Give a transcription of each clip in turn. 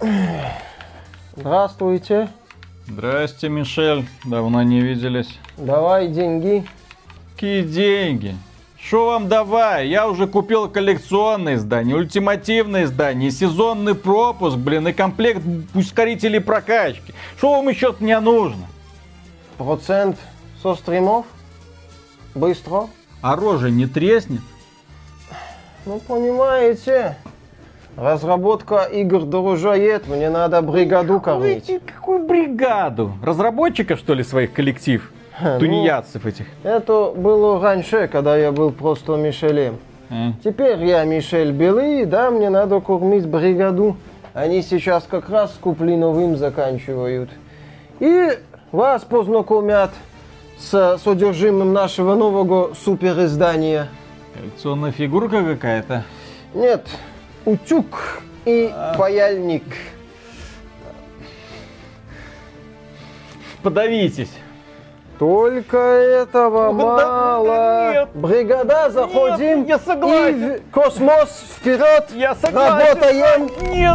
Здравствуйте. Здрасте, Мишель. Давно не виделись. Давай деньги. Какие деньги? Что вам давай? Я уже купил коллекционное издание, ультимативное издание, сезонный пропуск, и комплект ускорителей прокачки. Что вам еще мне нужно? Процент со стримов? Быстро? А рожа не треснет? Ну, понимаете, разработка игр дорожает, мне надо бригаду кормить. Какую бригаду? Разработчиков, что ли, своих коллектив? Тунеядцев этих? Это было раньше, когда я был просто Мишелем. Теперь я Мишель Белый, да, мне надо кормить бригаду. Они сейчас как раз с Куплиновым заканчивают. И вас познакомят с содержимым нашего нового супериздания. Коллекционная фигурка какая-то? Нет, утюг и паяльник. Подавитесь. Только этого мало. Да нет. Бригада, заходим. Нет, я согласен. И в космос вперед. Я согласен. Работаем. Нет.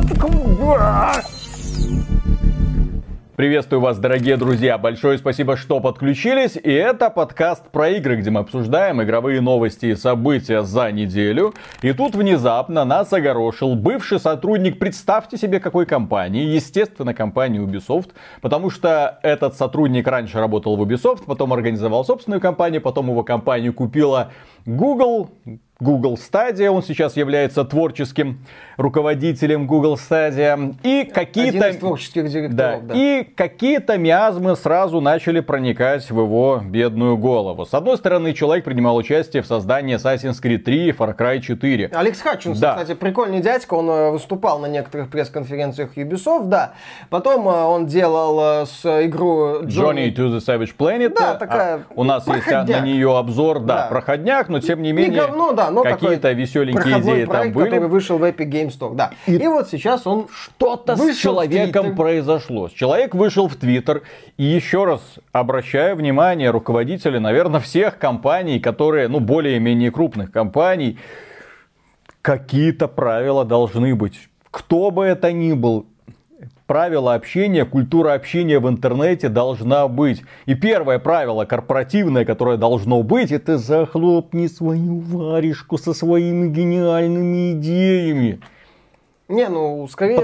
Приветствую вас, дорогие друзья. Большое спасибо, что подключились. И это подкаст про игры, где мы обсуждаем игровые новости и события за неделю. И тут внезапно нас огорошил бывший сотрудник, представьте себе, какой компании. Естественно, компании Ubisoft. Потому что этот сотрудник раньше работал в Ubisoft, потом организовал собственную компанию, потом его компанию купила Google Stadia, он сейчас является творческим руководителем Google Stadia. И какие-то... Один из творческих директоров, да. И какие-то миазмы сразу начали проникать в его бедную голову. С одной стороны, человек принимал участие в создании Assassin's Creed 3 и Far Cry 4. Алекс Хатчинсон, да. Кстати, прикольный дядька, он выступал на некоторых пресс-конференциях Ubisoft, да. Потом он делал с игру Journey to the Savage Planet. Да, такая у нас проходняк. есть на нее обзор, да, проходняк, но тем не менее... Не говно, да, но какие-то веселенькие идеи проект, там были. Который вышел в Epic Game Store, да. И вот сейчас он что-то с человеком произошло. Человек вышел в Твиттер. И еще раз обращаю внимание руководителей, наверное, всех компаний, которые, более-менее крупных компаний, какие-то правила должны быть. Кто бы это ни был. Правила общения, культура общения в интернете должна быть. И первое правило корпоративное, которое должно быть, это захлопни свою варежку со своими гениальными идеями. Скорее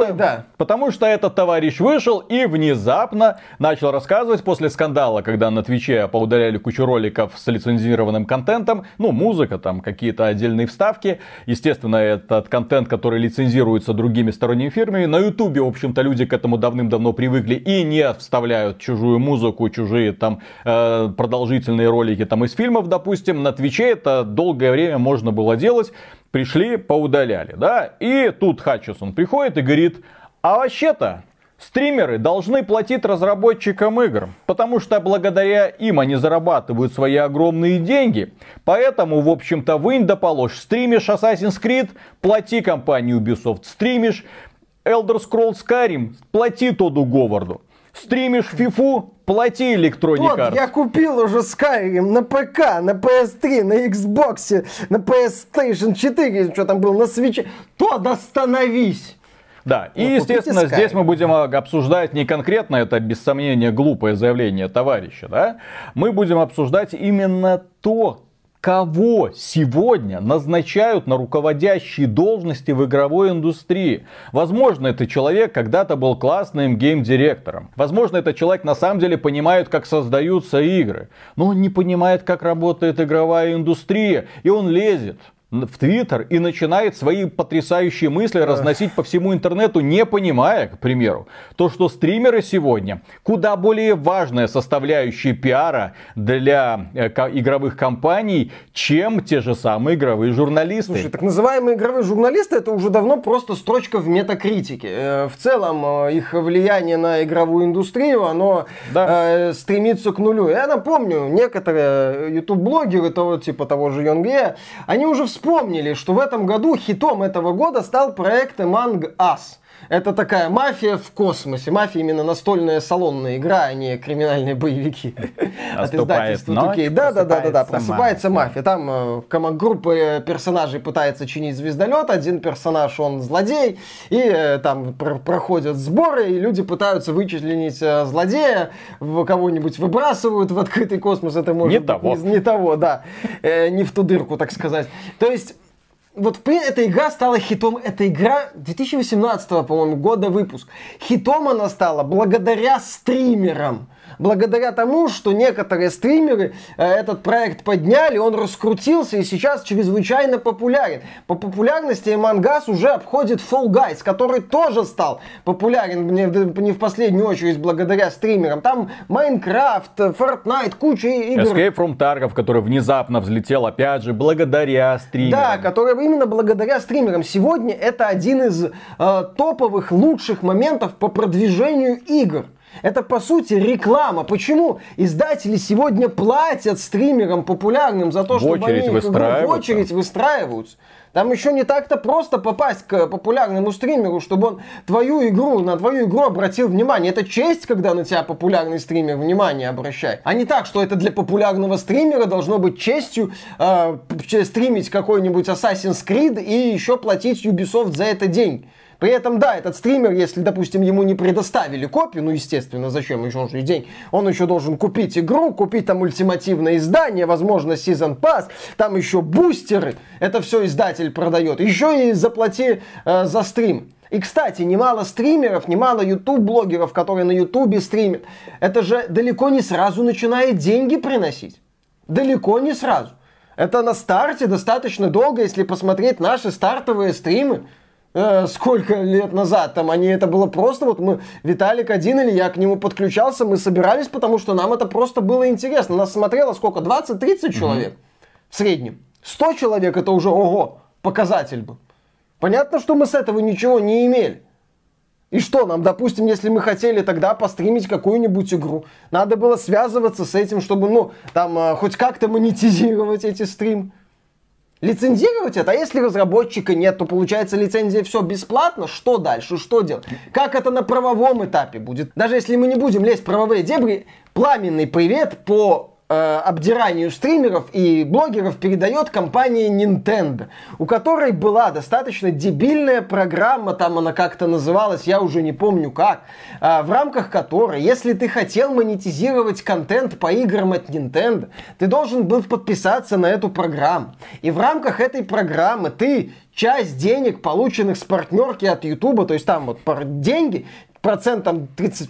Потому что этот товарищ вышел и внезапно начал рассказывать после скандала, когда на Твиче поудаляли кучу роликов с лицензированным контентом, музыка, там какие-то отдельные вставки. Естественно, этот контент, который лицензируется другими сторонними фирмами. На Ютубе, в общем-то, люди к этому давным-давно привыкли и не вставляют чужую музыку, чужие там продолжительные ролики там из фильмов, допустим. На Твиче это долгое время можно было делать. Пришли, поудаляли, да? И тут Хатчинсон приходит и говорит, а вообще-то стримеры должны платить разработчикам игр, потому что благодаря им они зарабатывают свои огромные деньги. Поэтому, в общем-то, вынь да положь. Стримишь Assassin's Creed, плати компании Ubisoft. Стримишь Elder Scrolls Skyrim, плати Тодду Говарду. Стримишь FIFA, плати Electronic Arts. Я купил уже Skyrim на ПК, на PS3, на Xbox, на PlayStation 4, что там было, на Switch. Тодд, остановись! Да, и естественно, здесь мы будем обсуждать не конкретно, это без сомнения глупое заявление товарища, да? Мы будем обсуждать именно то, кого сегодня назначают на руководящие должности в игровой индустрии. Возможно, этот человек когда-то был классным гейм-директором. Возможно, этот человек на самом деле понимает, как создаются игры. Но он не понимает, как работает игровая индустрия. И он лезет в Твиттер и начинает свои потрясающие мысли разносить по всему интернету, не понимая, к примеру, то, что стримеры сегодня куда более важная составляющая пиара для игровых компаний, чем те же самые игровые журналисты. Слушай, так называемые игровые журналисты — это уже давно просто строчка в метакритике. В целом, их влияние на игровую индустрию, оно стремится к нулю. Я напомню, некоторые YouTube-блогеры, типа того же Йонгея, они уже вспомнили, что в этом году хитом этого года стал проект Among Us. Это такая мафия в космосе. Мафия именно настольная салонная игра, а не криминальные боевики. От издательства 2K. Да, просыпается мафия. Там группа персонажей пытается чинить звездолет, один персонаж, он злодей, и там проходят сборы, и люди пытаются вычленить злодея, кого-нибудь выбрасывают в открытый космос, это может быть не того, да, не в ту дырку, так сказать. То есть вот эта игра стала хитом. Эта игра 2018, по-моему, года выпуск. Хитом она стала благодаря стримерам. Благодаря тому, что некоторые стримеры этот проект подняли, он раскрутился и сейчас чрезвычайно популярен. По популярности Among Us уже обходит Fall Guys, который тоже стал популярен не в последнюю очередь благодаря стримерам. Там Minecraft, Fortnite, куча игр. Escape from Tarkov, который внезапно взлетел опять же благодаря стримерам. Да, который именно благодаря стримерам. Сегодня это один из топовых лучших моментов по продвижению игр. Это, по сути, реклама. Почему издатели сегодня платят стримерам популярным за то, чтобы они в очередь выстраиваются? Там еще не так-то просто попасть к популярному стримеру, чтобы он на твою игру обратил внимание. Это честь, когда на тебя популярный стример внимание обращает. А не так, что это для популярного стримера должно быть честью стримить какой-нибудь Assassin's Creed и еще платить Ubisoft за это деньги. При этом, да, этот стример, если, допустим, ему не предоставили копию, ну, естественно, зачем еще он же день, он еще должен купить игру, купить там ультимативное издание, возможно, Season Pass, там еще бустеры, это все издатель продает, еще и заплати за стрим. И, кстати, немало стримеров, немало YouTube-блогеров, которые на YouTube стримят, это же далеко не сразу начинает деньги приносить. Далеко не сразу. Это на старте достаточно долго, если посмотреть наши стартовые стримы. Сколько лет назад, там это было просто, вот мы, Виталик один или я к нему подключался, мы собирались, потому что нам это просто было интересно. Нас смотрело сколько, 20-30 человек в среднем. 100 человек это уже, ого, показатель был. Понятно, что мы с этого ничего не имели. И что нам, допустим, если мы хотели тогда постримить какую-нибудь игру, надо было связываться с этим, чтобы, хоть как-то монетизировать эти стримы. Лицензировать это, а если разработчика нет, то получается лицензия все бесплатно, что дальше, что делать? Как это на правовом этапе будет? Даже если мы не будем лезть в правовые дебри, пламенный привет по обдиранию стримеров и блогеров передает компания Nintendo, у которой была достаточно дебильная программа, там она как-то называлась, я уже не помню как, в рамках которой, если ты хотел монетизировать контент по играм от Nintendo, ты должен был подписаться на эту программу. И в рамках этой программы ты часть денег, полученных с партнерки от YouTube, то есть там вот деньги, процентом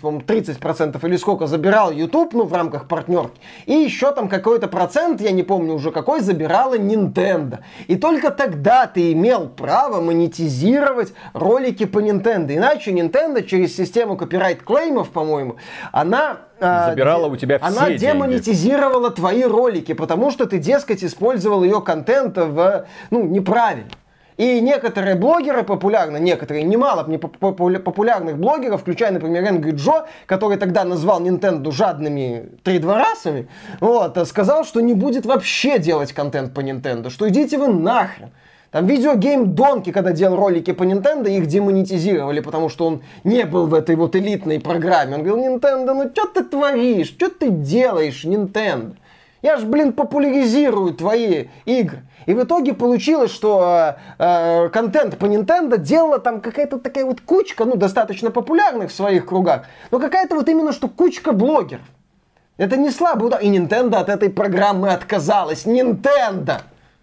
30% или сколько забирал YouTube, в рамках партнерки. И еще там какой-то процент, я не помню уже какой, забирала Nintendo. И только тогда ты имел право монетизировать ролики по Nintendo. Иначе Nintendo через систему копирайт-клеймов, по-моему, она забирала у тебя все деньги. Она демонетизировала твои ролики, потому что ты, дескать, использовал ее контент неправильно. И некоторые блогеры популярны, немало популярных блогеров, включая, например, Angry Joe, который тогда назвал Nintendo жадными 3-2-расами, сказал, что не будет вообще делать контент по Nintendo, что идите вы нахрен. Там Видеогейм Донки, когда делал ролики по Nintendo, их демонетизировали, потому что он не был в этой вот элитной программе. Он говорил: Nintendo, что ты творишь, что ты делаешь, Nintendo? Я ж, популяризирую твои игры. И в итоге получилось, что контент по Nintendo делала там какая-то такая вот кучка, достаточно популярных в своих кругах, но какая-то вот именно что кучка блогеров. Это не слабый удар. И Nintendo от этой программы отказалась. Nintendo,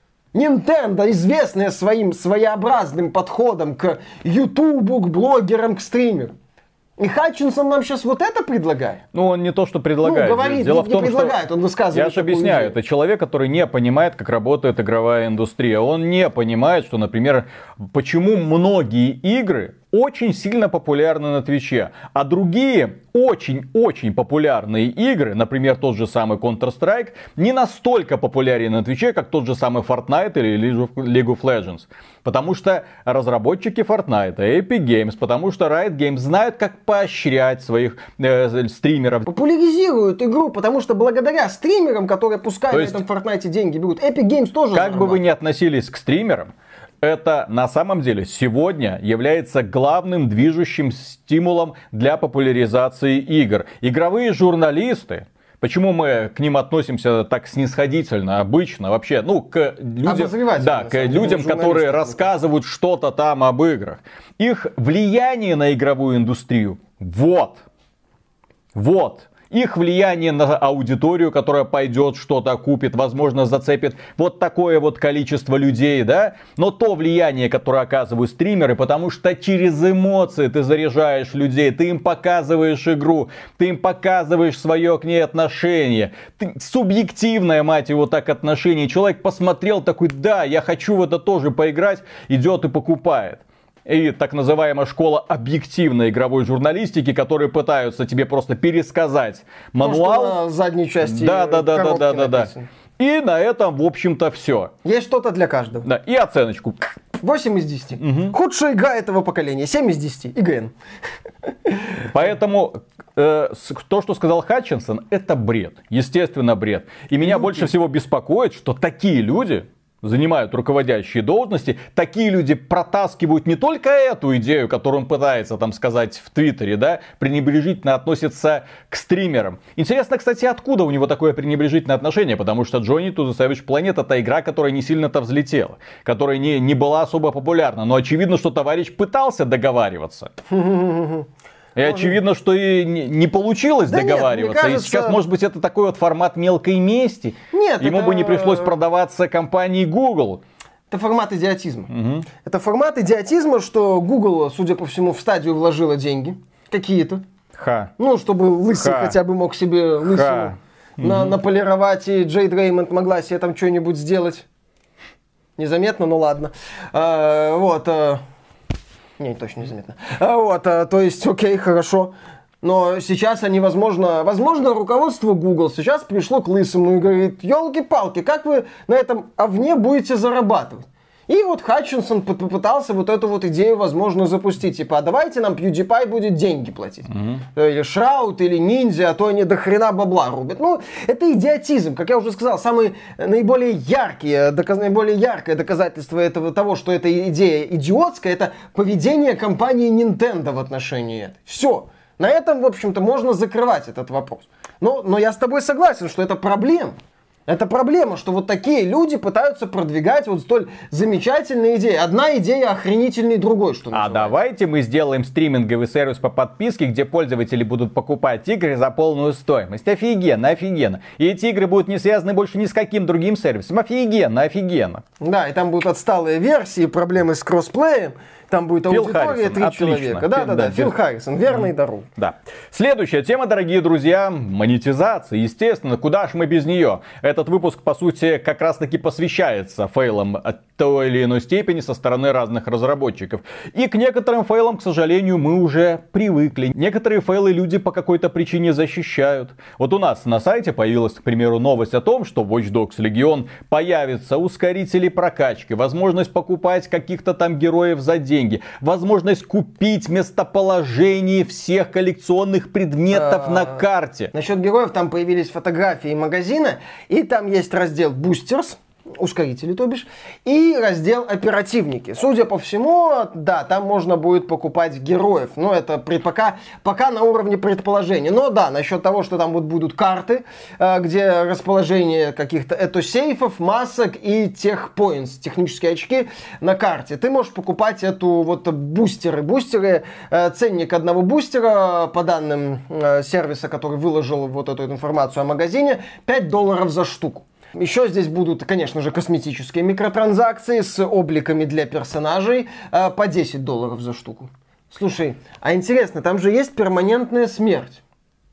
известная своим своеобразным подходом к YouTube, к блогерам, к стримерам. И Хатчинсон нам сейчас вот это предлагает? Он не то, что предлагает. Говорит, Дело в том, предлагает, что он высказывает. Я же объясняю, это человек, который не понимает, как работает игровая индустрия. Он не понимает, что, например, почему многие игры очень сильно популярны на Твиче, а другие очень-очень популярные игры, например, тот же самый Counter-Strike, не настолько популярен на Твиче, как тот же самый Fortnite или League of Legends. Потому что разработчики Fortnite, Epic Games, потому что Riot Games знают, как поощрять своих стримеров. Популяризируют игру, потому что благодаря стримерам, которые пускай на этом Fortnite деньги берут, Epic Games тоже как бы вы ни относились к стримерам, это на самом деле сегодня является главным движущим стимулом для популяризации игр. Игровые журналисты, почему мы к ним относимся так снисходительно, обычно, вообще, к людям, которые рассказывают что-то там об играх. Их влияние на игровую индустрию, их влияние на аудиторию, которая пойдет, что-то купит, возможно, зацепит вот такое вот количество людей, да? Но то влияние, которое оказывают стримеры, потому что через эмоции ты заряжаешь людей, ты им показываешь игру, ты им показываешь свое к ней отношение. Субъективное, мать его, так отношение. Человек посмотрел такой, да, я хочу в это тоже поиграть, идет и покупает. И так называемая школа объективной игровой журналистики, которые пытаются тебе просто пересказать мануал. То, что на задней части да. написано. И на этом, в общем-то, все. Есть что-то для каждого. Да, и оценочку. 8 из 10. Угу. Худшая игра этого поколения. 7 из 10. ИГН. Поэтому то, что сказал Хатчинсон, это бред. Естественно, бред. И меня больше всего беспокоит, что такие люди занимают руководящие должности, такие люди протаскивают не только эту идею, которую он пытается там сказать в Твиттере, да, пренебрежительно относятся к стримерам. Интересно, кстати, откуда у него такое пренебрежительное отношение, потому что Journey to the Savage Planet — это игра, которая не сильно-то взлетела, которая не была особо популярна, но очевидно, что товарищ пытался договариваться. И очевидно, что и не получилось договариваться. Нет, кажется... И сейчас, может быть, это такой вот формат мелкой мести. Нет, ему бы не пришлось продаваться компании Google. Это формат идиотизма. Угу. Это формат идиотизма, что Google, судя по всему, в стадию вложила деньги какие-то. Чтобы лысый хотя бы мог себе лысину наполировать, и Джейд Реймонд могла себе там что-нибудь сделать. Незаметно, но ладно. Не, точно незаметно. То есть, окей, хорошо. Но сейчас они, возможно, руководство Google сейчас пришло к лысому и говорит: елки-палки, как вы на этом овне будете зарабатывать? И вот Хатчинсон попытался вот эту вот идею, возможно, запустить. Типа, а давайте нам PewDiePie будет деньги платить. Или Шраут, или Ниндзя, а то они до хрена бабла рубят. Это идиотизм. Как я уже сказал, наиболее яркое доказательство того, что эта идея идиотская, это поведение компании Nintendo в отношении этой. Все. На этом, в общем-то, можно закрывать этот вопрос. Но я с тобой согласен, что это проблема. Это проблема, что вот такие люди пытаются продвигать вот столь замечательные идеи. Одна идея охренительней другой, что называется. А давайте мы сделаем стриминговый сервис по подписке, где пользователи будут покупать игры за полную стоимость. Офигенно. И эти игры будут не связаны больше ни с каким другим сервисом. Офигенно. Да, и там будут отсталые версии, проблемы с кроссплеем. Там будет аудитория 3 человека. Да. Фил Харрисон, верный дорог. Да. Следующая тема, дорогие друзья, монетизация. Естественно, куда ж мы без нее? Этот выпуск, по сути, как раз таки посвящается фейлам от той или иной степени со стороны разных разработчиков. И к некоторым фейлам, к сожалению, мы уже привыкли. Некоторые фейлы люди по какой-то причине защищают. Вот у нас на сайте появилась, к примеру, новость о том, что в Watch Dogs Legion появятся ускорители прокачки, возможность покупать каких-то там героев за деньги, возможность купить местоположение всех коллекционных предметов на карте. Насчет героев, там появились фотографии магазина, и там есть раздел Boosters, ускорители, то бишь, и раздел оперативники. Судя по всему, да, там можно будет покупать героев. Но это пока на уровне предположения. Но да, насчет того, что там вот будут карты, где расположение каких-то этосейфов, масок и техпоинтс, технические очки на карте. Ты можешь покупать эту вот бустеры. Ценник одного бустера, по данным сервиса, который выложил вот эту информацию о магазине, $5 за штуку. Еще здесь будут, конечно же, косметические микротранзакции с обликами для персонажей по $10 за штуку. Слушай, а интересно, там же есть перманентная смерть.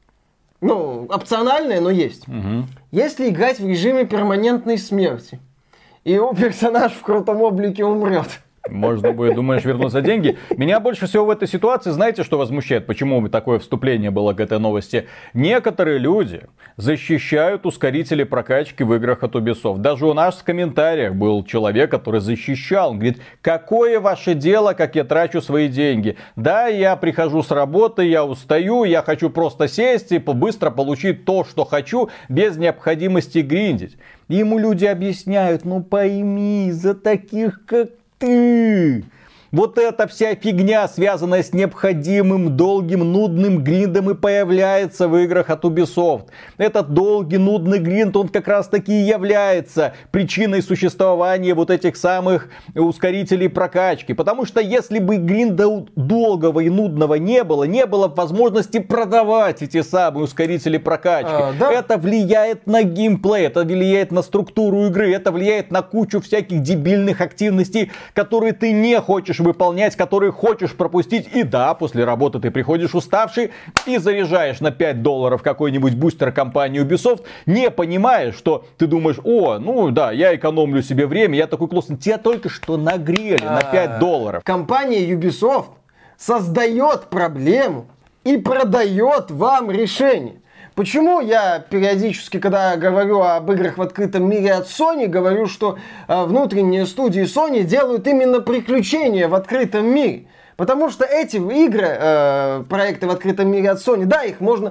Опциональная, но есть. Угу. Если играть в режиме перманентной смерти, и его персонаж в крутом облике умрет, можно будет, думаешь, вернуть за деньги? Меня больше всего в этой ситуации, знаете, что возмущает? Почему такое вступление было к этой новости? Некоторые люди защищают ускорители прокачки в играх от Ubisoft. Даже у нас в комментариях был человек, который защищал. Он говорит: какое ваше дело, как я трачу свои деньги? Да, я прихожу с работы, я устаю, я хочу просто сесть и быстро получить то, что хочу, без необходимости гриндить. Ему люди объясняют: пойми, за таких как Вот эта вся фигня, связанная с необходимым, долгим, нудным гриндом, и появляется в играх от Ubisoft. Этот долгий, нудный гринд, он как раз таки и является причиной существования вот этих самых ускорителей прокачки. Потому что если бы гринда долгого и нудного не было возможности продавать эти самые ускорители прокачки. Да. Это влияет на геймплей, это влияет на структуру игры, это влияет на кучу всяких дебильных активностей, которые ты не хочешь выполнять, которые хочешь пропустить. И да, после работы ты приходишь уставший и заряжаешь на $5 какой-нибудь бустер компании Ubisoft, не понимая, что ты думаешь: о, ну да, я экономлю себе время, я такой классный. Тебя только что нагрели на $5. Компания Ubisoft создает проблему и продает вам решение. Почему я периодически, когда говорю об играх в открытом мире от Sony, говорю, что внутренние студии Sony делают именно приключения в открытом мире? Потому что эти игры, проекты в открытом мире от Sony, да, их можно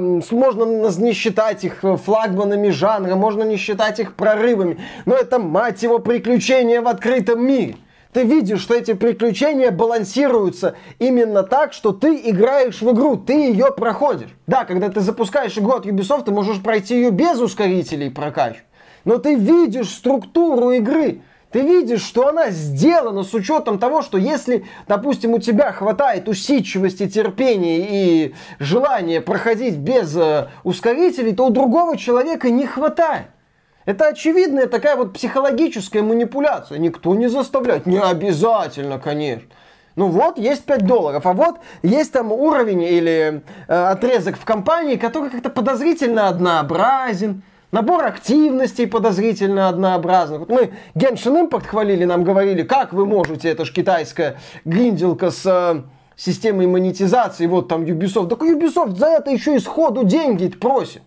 не считать их флагманами жанра, можно не считать их прорывами, но это, мать его, приключения в открытом мире. Ты видишь, что эти приключения балансируются именно так, что ты играешь в игру, ты ее проходишь. Да, когда ты запускаешь игру от Ubisoft, ты можешь пройти ее без ускорителей прокачки. Но ты видишь структуру игры. Ты видишь, что она сделана с учетом того, что если, допустим, у тебя хватает усидчивости, терпения и желания проходить без ускорителей, то у другого человека не хватает. Это очевидная такая вот психологическая манипуляция. Никто не заставляет. Не обязательно, конечно. Ну вот, есть $5, а вот есть там уровень или отрезок в кампании, который как-то подозрительно однообразен. Набор активностей подозрительно однообразных. Вот мы Genshin Impact хвалили, нам говорили, как вы можете, это ж китайская гринделка с системой монетизации, вот там Ubisoft. Так Ubisoft за это еще и сходу деньги просит.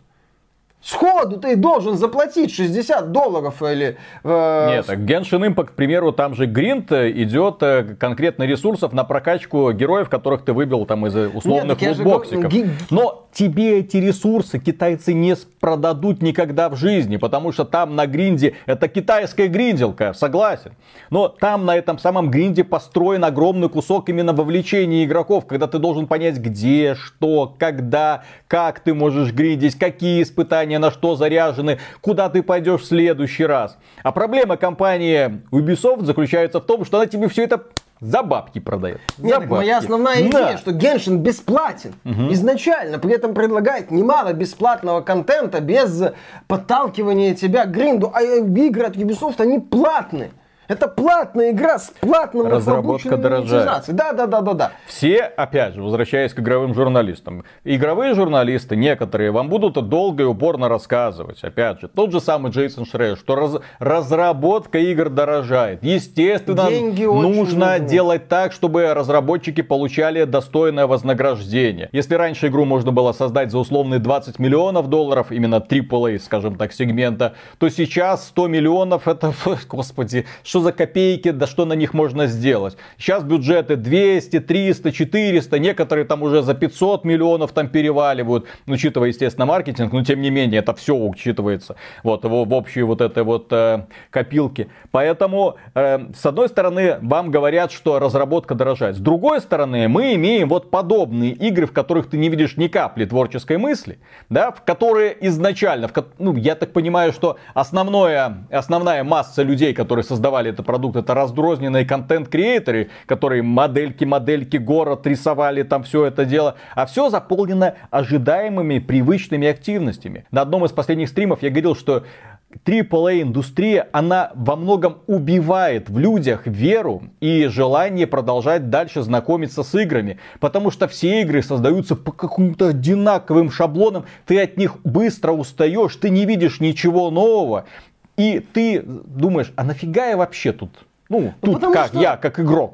Сходу ты должен заплатить $60 или... Нет, так Genshin Impact, к примеру, там же гринд идет конкретно ресурсов на прокачку героев, которых ты выбил там из условных лутбоксиков. Но тебе эти ресурсы китайцы не продадут никогда в жизни, потому что там на гринде, это китайская гринделка, согласен. Но там на этом самом гринде построен огромный кусок именно вовлечения игроков, когда ты должен понять, где, что, когда, как ты можешь гриндить, какие испытания на что заряжены, куда ты пойдешь в следующий раз. А проблема компании Ubisoft заключается в том, что она тебе все это за бабки продает. Нет, моя основная идея, что Genshin бесплатен изначально, при этом предлагает немало бесплатного контента без подталкивания тебя к гринду. А игры от Ubisoft, они платные. Это платная игра с платным разработка дорожает. Да. Все, опять же, возвращаясь к игровым журналистам. Игровые журналисты, некоторые, вам будут долго и упорно рассказывать. Опять же, тот же самый Джейсон Шрейер, что разработка игр дорожает. Естественно, нужно делать так, чтобы разработчики получали достойное вознаграждение. Если раньше игру можно было создать за условные $20 миллионов, именно AAA, скажем так, сегмента, то сейчас 100 миллионов, это, господи, что за копейки, да что на них можно сделать. Сейчас бюджеты 200, 300, 400, некоторые там уже за 500 миллионов там переваливают, учитывая, естественно, маркетинг, но тем не менее это все учитывается вот, в общей вот этой вот копилке. Поэтому, с одной стороны, вам говорят, что разработка дорожает. С другой стороны, мы имеем вот подобные игры, в которых ты не видишь ни капли творческой мысли, да, в которые изначально, ну, я так понимаю, что основная масса людей, которые создавали этот продукт, это раздрозненные контент-креаторы, которые модельки, город рисовали, там все это дело. А все заполнено ожидаемыми, привычными активностями. На одном из последних стримов я говорил, что AAA-индустрия, она во многом убивает в людях веру и желание продолжать дальше знакомиться с играми. Потому что все игры создаются по каким-то одинаковым шаблонам. Ты от них быстро устаешь, ты не видишь ничего нового. И ты думаешь, а нафига я вообще тут? Ну тут как, я как игрок.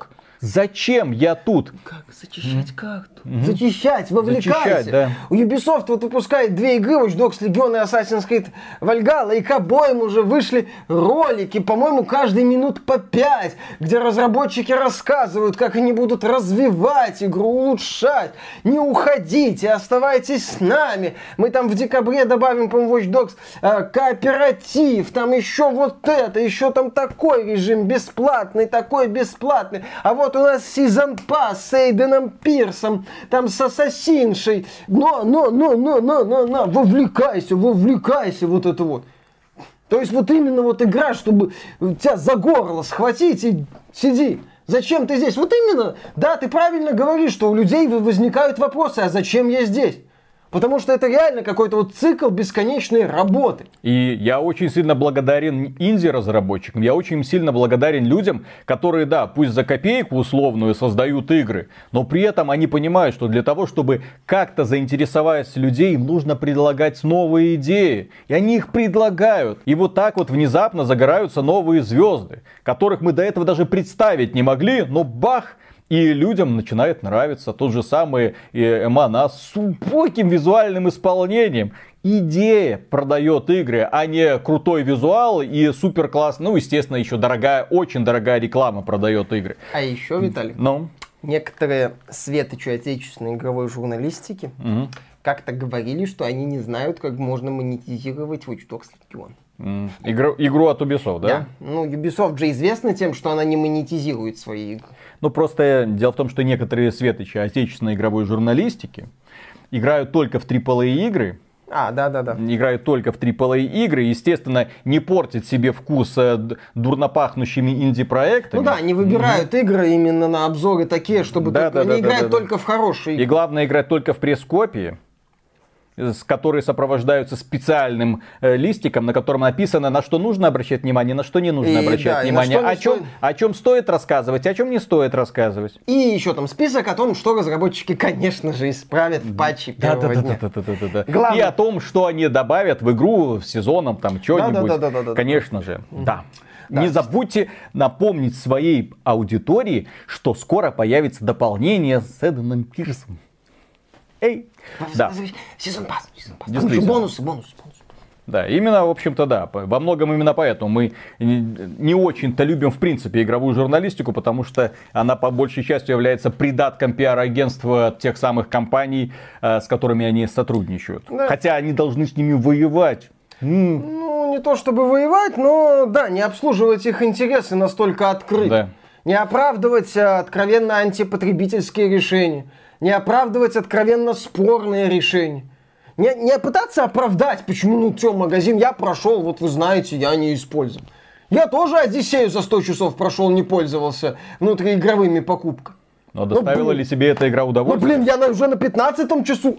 Зачем я тут? Как? Зачищать как? Зачищать, вовлекайся. Зачищать, да. У Ubisoft вот выпускает 2 игры, Watch Dogs Legion и Assassin's Creed Valhalla, и к обоим уже вышли ролики, по-моему, каждый минут по 5, где разработчики рассказывают, как они будут развивать игру, улучшать. Не уходите, оставайтесь с нами. Мы там в декабре добавим, по-моему, Watch Dogs кооператив, там еще вот это, еще там такой режим бесплатный, такой бесплатный. А вот у нас Season Pass с Эйденом Пирсом, там с Ассасиншей. Вовлекайся, вот это вот. То есть вот именно вот игра, чтобы тебя за горло схватить и сиди. Зачем ты здесь? Вот именно, да, ты правильно говоришь, что у людей возникают вопросы, а зачем я здесь? Потому что это реально какой-то вот цикл бесконечной работы. И я очень сильно благодарен инди-разработчикам, я очень сильно благодарен людям, которые, да, пусть за копейку условную создают игры, но при этом они понимают, что для того, чтобы как-то заинтересовать людей, им нужно предлагать новые идеи. И они их предлагают. И вот так вот внезапно загораются новые звезды, которых мы до этого даже представить не могли, но бах! И людям начинает нравиться тот же самый Эмана с убогим визуальным исполнением. Идея продает игры, а не крутой визуал и супер классный. Ну, естественно, еще дорогая, очень дорогая реклама продает игры. А еще, Виталий, некоторые светочи отечественной игровой журналистики как-то говорили, что они не знают, как можно монетизировать Watch Dogs Legion. Игру от Ubisoft, да? Да. Ну, Ubisoft же известна тем, что она не монетизирует свои игры. Ну, просто дело в том, что некоторые светочи отечественной игровой журналистики играют только в AAA игры. Да. Играют только в AAA игры, естественно, не портят себе вкус дурно пахнущими инди-проектами. Ну да, они выбирают игры именно на обзоры такие, чтобы они играют только в хорошие игры. И главное играть только в пресс-копии, которые сопровождаются специальным листиком, на котором написано, на что нужно обращать внимание, на что не нужно обращать внимание, о чем стоит рассказывать, о чем не стоит рассказывать. И еще там список о том, что разработчики, конечно же, исправят в патче первого дня. И о том, что они добавят в игру с сезоном, там что-нибудь. Конечно же, да. Не забудьте напомнить своей аудитории, что скоро появится дополнение с Эйденом Пирсом. Эй! Да. Сезон пасс. Бонусы. Да, именно, в общем-то, да. Во многом именно поэтому мы не очень-то любим, в принципе, игровую журналистику, потому что она, по большей части, является придатком пиар-агентства тех самых компаний, с которыми они сотрудничают. Да. Хотя они должны с ними воевать. Ну, не то чтобы воевать, но, да, не обслуживать их интересы настолько открыто. Да. Не оправдывать откровенно антипотребительские решения. Не оправдывать откровенно спорные решения. Не пытаться оправдать, почему, магазин я прошел, вот вы знаете, я не использовал. Я тоже Одиссею за 100 часов прошел, не пользовался внутриигровыми покупками. Но доставила ли тебе эта игра удовольствие? Я уже на 15-м часу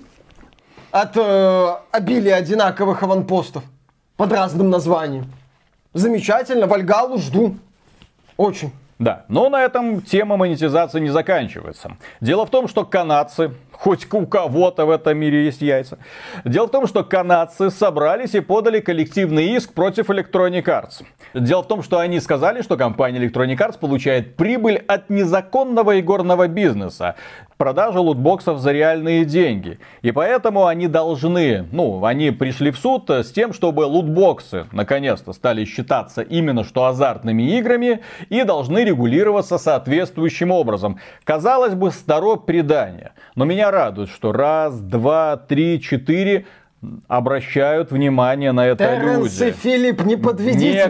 от обилия одинаковых аванпостов под разным названием. Замечательно, Вальгаллу жду. Очень. Да, но на этом тема монетизации не заканчивается. Дело в том, что канадцы, хоть у кого-то в этом мире есть яйца. Дело в том, что канадцы собрались и подали коллективный иск против Electronic Arts. Дело в том, что они сказали, что компания Electronic Arts получает прибыль от незаконного игорного бизнеса. Продажа лутбоксов за реальные деньги. И поэтому они должны, они пришли в суд с тем, чтобы лутбоксы наконец-то стали считаться именно что азартными играми и должны регулироваться соответствующим образом. Казалось бы, старое предание. Но меня радует, что 1, 2, 3, 4 обращают внимание на это Терренс люди. И Филипп, не подведите.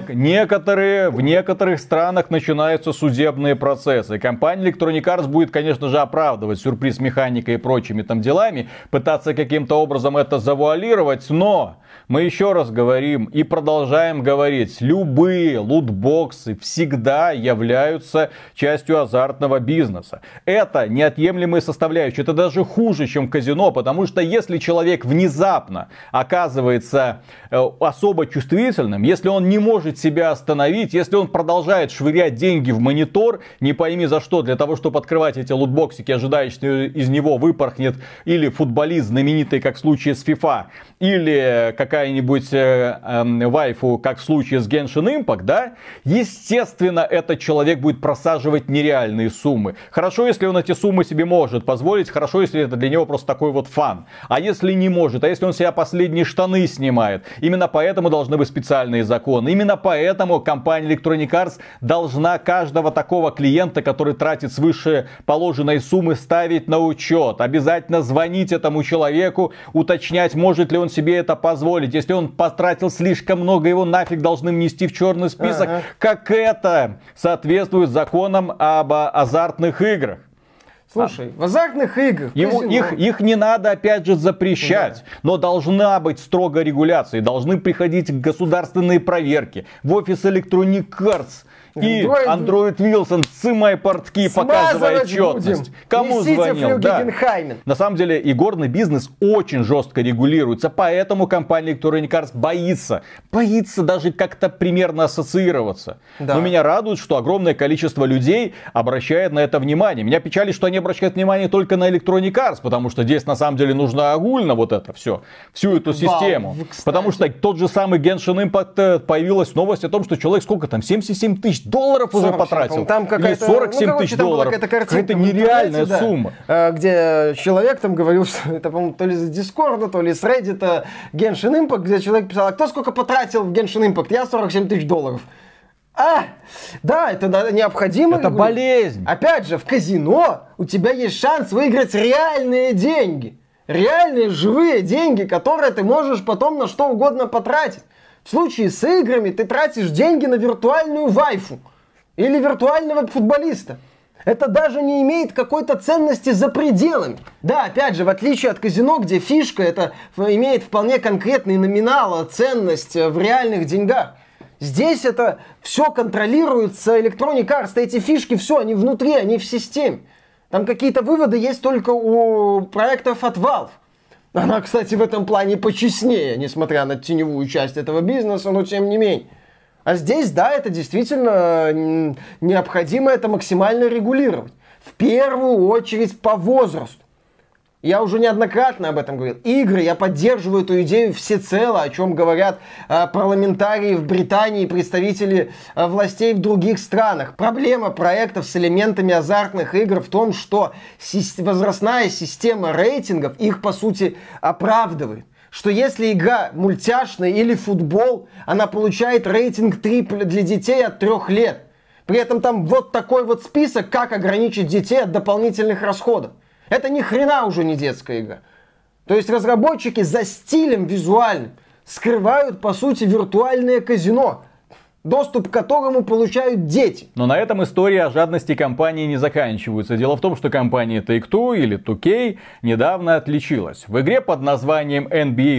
В некоторых странах начинаются судебные процессы. Компания Electronic Arts будет, конечно же, оправдывать сюрприз механика и прочими там делами, пытаться каким-то образом это завуалировать, но мы еще раз говорим и продолжаем говорить, любые лутбоксы всегда являются частью азартного бизнеса. Это неотъемлемая составляющая, это даже хуже, чем в казино, потому что если человек внезапно внезапно оказывается особо чувствительным, если он не может себя остановить, если он продолжает швырять деньги в монитор, не пойми за что, для того, чтобы открывать эти лутбоксики, ожидая, что из него выпорхнет или футболист знаменитый, как в случае с FIFA, или какая-нибудь вайфу, как в случае с Genshin Impact, да, естественно, этот человек будет просаживать нереальные суммы. Хорошо, если он эти суммы себе может позволить, хорошо, если это для него просто такой вот фан. А если не может, а если он себя последние штаны снимает, именно поэтому должны быть специальные законы. Именно поэтому компания Electronic Arts должна каждого такого клиента, который тратит свыше положенной суммы, ставить на учет. Обязательно звонить этому человеку, уточнять, может ли он себе это позволить. Если он потратил слишком много, его нафиг должны внести в черный список, как это соответствует законам об азартных играх. Слушай, в азартных играх их не надо опять же запрещать, но должна быть строгая регуляция, должны приходить государственные проверки в офис Electronic Arts. И Android Wilson, сымай портки, показывай отчетность. Кому звонил? Да. На самом деле игорный бизнес очень жестко регулируется, поэтому компания Electronic Arts боится даже как-то примерно ассоциироваться. Да. Но меня радует, что огромное количество людей обращает на это внимание. Меня печалит, что они обращают внимание только на Electronic Arts, потому что здесь на самом деле нужно огульно вот это все, всю эту систему. Потому что тот же самый Genshin Impact, появилась новость о том, что человек сколько там, 77 тысяч долларов уже потратил. Там или 47 тысяч долларов. Это нереальная сумма. Где человек там говорил, что это, по-моему, то ли с Дискорда, то ли с Reddit Genshin Impact, где человек писал, а кто сколько потратил в Genshin Impact? Я 47 тысяч долларов. Да, это необходимо. Это болезнь. Опять же, в казино у тебя есть шанс выиграть реальные деньги. Реальные, живые деньги, которые ты можешь потом на что угодно потратить. В случае с играми ты тратишь деньги на виртуальную вайфу или виртуального футболиста. Это даже не имеет какой-то ценности за пределами. Да, опять же, в отличие от казино, где фишка это имеет вполне конкретный номинал, ценность в реальных деньгах. Здесь это все контролируется Electronic Arts, эти фишки, все, они внутри, они в системе. Там какие-то выводы есть только у проектов от Valve. Она, кстати, в этом плане почестнее, несмотря на теневую часть этого бизнеса, но тем не менее. А здесь, да, это действительно необходимо это максимально регулировать. В первую очередь по возрасту. Я уже неоднократно об этом говорил. Игры, я поддерживаю эту идею всецело, о чем говорят парламентарии в Британии и представители властей в других странах. Проблема проектов с элементами азартных игр в том, что возрастная система рейтингов их, по сути, оправдывает. Что если игра мультяшная или футбол, она получает рейтинг 3 для детей от 3 лет. При этом там вот такой вот список, как ограничить детей от дополнительных расходов. Это ни хрена уже не детская игра. То есть разработчики за стилем визуальным скрывают, по сути, виртуальное казино, доступ к которому получают дети. Но на этом истории о жадности компании не заканчиваются. Дело в том, что компания Take-Two или 2K недавно отличилась. В игре под названием NBA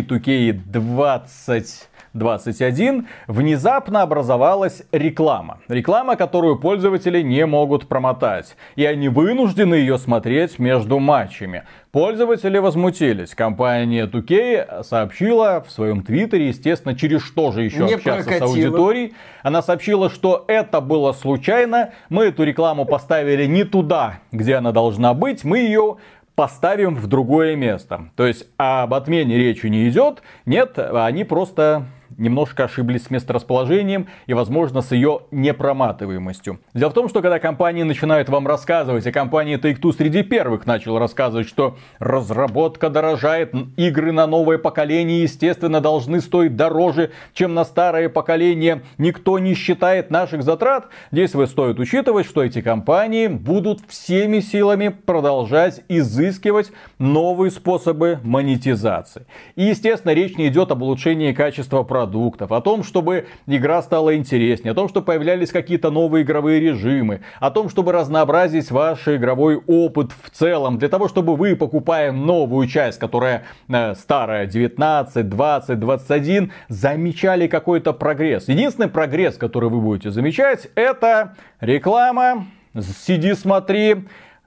2K21 внезапно образовалась реклама. Реклама, которую пользователи не могут промотать. И они вынуждены ее смотреть между матчами. Пользователи возмутились. Компания 2K сообщила в своем твиттере, естественно, через что же еще общаться с аудиторией. Она сообщила, что это было случайно. Мы эту рекламу поставили не туда, где она должна быть. Мы ее поставим в другое место. То есть об отмене речи не идет. Нет, они просто немножко ошиблись с месторасположением и, возможно, с ее непроматываемостью. Дело в том, что когда компании начинают вам рассказывать, а компания Take-Two среди первых начала рассказывать, что разработка дорожает, игры на новое поколение, естественно, должны стоить дороже, чем на старое поколение, никто не считает наших затрат, здесь стоит учитывать, что эти компании будут всеми силами продолжать изыскивать новые способы монетизации. И, естественно, речь не идет об улучшении качества продуктов, о том, чтобы игра стала интереснее, о том, что появлялись какие-то новые игровые режимы, о том, чтобы разнообразить ваш игровой опыт в целом, для того, чтобы вы, покупая новую часть, которая старая, 19, 20, 21, замечали какой-то прогресс. Единственный прогресс, который вы будете замечать, это реклама, сиди, смотри,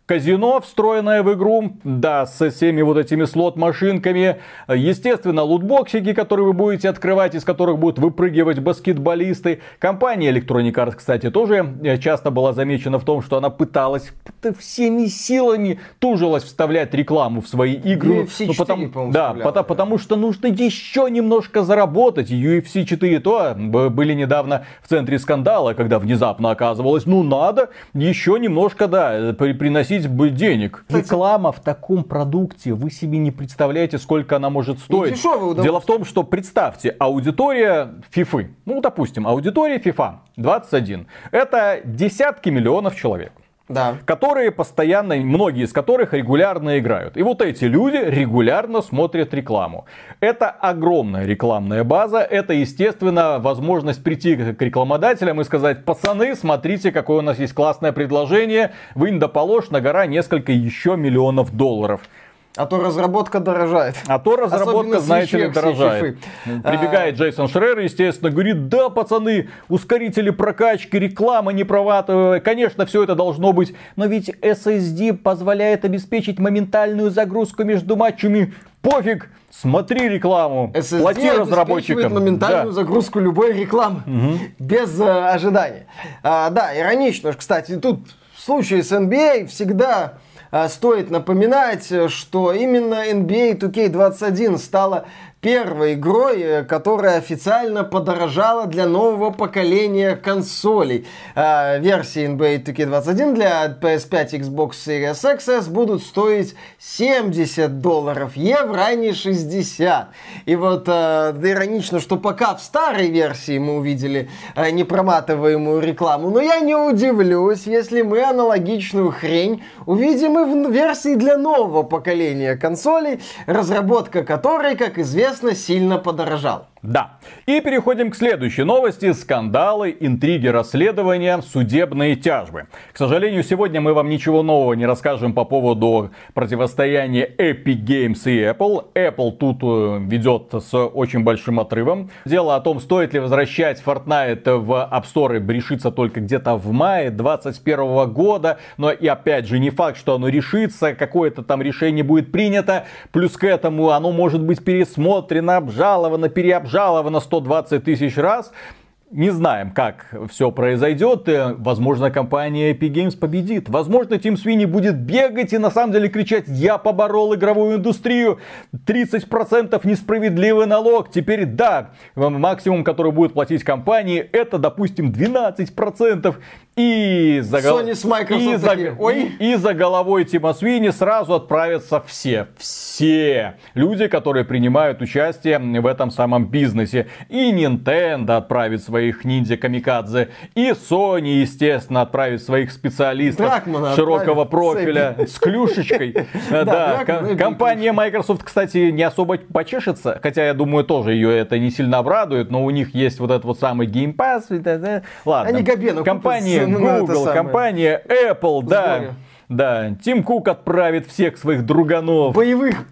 казино, встроенное в игру, да, со всеми вот этими слот-машинками. Естественно, лутбоксики, которые вы будете открывать, из которых будут выпрыгивать баскетболисты. Компания Electronic Arts, кстати, тоже часто была замечена в том, что она пыталась всеми силами тужилась вставлять рекламу в свои игры. UFC 4, по-моему, вставляла, потому что нужно еще немножко заработать. UFC 4 то были недавно в центре скандала, когда внезапно оказывалось, надо еще немножко, приносить денег. Реклама в таком продукте, вы себе не представляете, сколько она может стоить. Дело в том, что представьте, аудитория FIFA, допустим, аудитория FIFA 21, это десятки миллионов человек. Да. Которые постоянно, многие из которых регулярно играют. И вот эти люди регулярно смотрят рекламу. Это огромная рекламная база. Это, естественно, возможность прийти к рекламодателям и сказать: пацаны, смотрите, какое у нас есть классное предложение. Вынь да положь на гора несколько еще миллионов долларов. А то разработка дорожает. Знаете ли, дорожает. Прибегает Джейсон Шрер, естественно, говорит: да, пацаны, ускорители прокачки, реклама неправатывая. Конечно, все это должно быть. Но ведь SSD позволяет обеспечить моментальную загрузку между матчами. Пофиг, смотри рекламу, SSD плати разработчикам. Моментальную загрузку любой рекламы. Без ожидания. Да, иронично. Кстати, тут в случае с NBA всегда... Стоит напоминать, что именно NBA 2K21 стала первой игрой, которая официально подорожала для нового поколения консолей. Версии NBA 2K21 для PS5, Xbox Series XS будут стоить $70, евро, а не 60. И вот иронично, что пока в старой версии мы увидели непроматываемую рекламу, но я не удивлюсь, если мы аналогичную хрень увидим и в версии для нового поколения консолей, разработка которой, как известно, сильно подорожал. Да. И переходим к следующей новости. Скандалы, интриги, расследования, судебные тяжбы. К сожалению, сегодня мы вам ничего нового не расскажем по поводу противостояния Epic Games и Apple. Apple тут ведет с очень большим отрывом. Дело о том, стоит ли возвращать Fortnite в App Store, решится только где-то в мае 2021 года. Но и опять же, не факт, что оно решится, какое-то там решение будет принято. Плюс к этому оно может быть пересмотрено, обжаловано, переобжаловано 120 тысяч раз. Не знаем, как все произойдет. Возможно, компания Epic Games победит. Возможно, Тим Свини будет бегать и на самом деле кричать: я поборол игровую индустрию. 30% несправедливый налог. Теперь да, максимум, который будет платить компании, это, допустим, 12%. И за, Sony с Microsoft и за головой Тима Свини сразу отправятся все люди, которые принимают участие в этом самом бизнесе. И Nintendo отправит своих ниндзя-камикадзе, и Sony, естественно, отправит своих специалистов широкого профиля с клюшечкой. Компания Microsoft, кстати, не особо почешется, хотя я думаю, тоже ее это не сильно обрадует, но у них есть вот этот вот самый Game Pass. Ладно, компания Google, компания Apple, да, Тим Кук отправит всех своих друганов. Боевых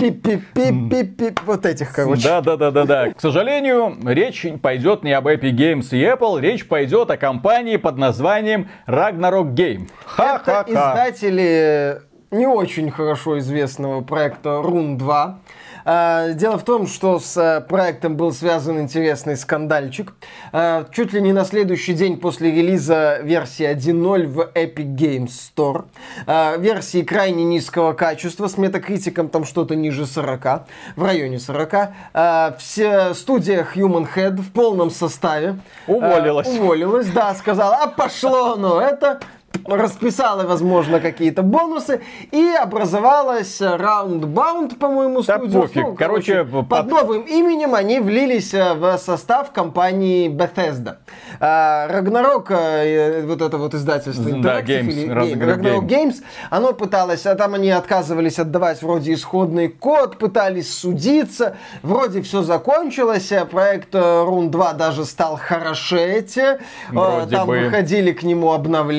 вот этих, короче. Да. К сожалению, речь пойдет не об Epic Games и Apple, речь пойдет о компании под названием Ragnarok Game. Это издатели не очень хорошо известного проекта Rune 2. Дело в том, что с проектом был связан интересный скандальчик. Чуть ли не на следующий день после релиза версии 1.0 в Epic Games Store. Версии крайне низкого качества, с метакритиком там что-то ниже 40, в районе 40. Вся студия Human Head в полном составе уволилась, да, сказала: пошло оно это. Расписала, возможно, какие-то бонусы, и образовалась Roundbound, по-моему, студия. Короче, под новым именем они влились в состав компании Bethesda. Ragnarok, вот это вот издательство Ragnarok Games, оно пыталось, там они отказывались отдавать вроде исходный код, пытались судиться, вроде все закончилось, проект Rune 2 даже стал хорошеть, там выходили к нему обновления.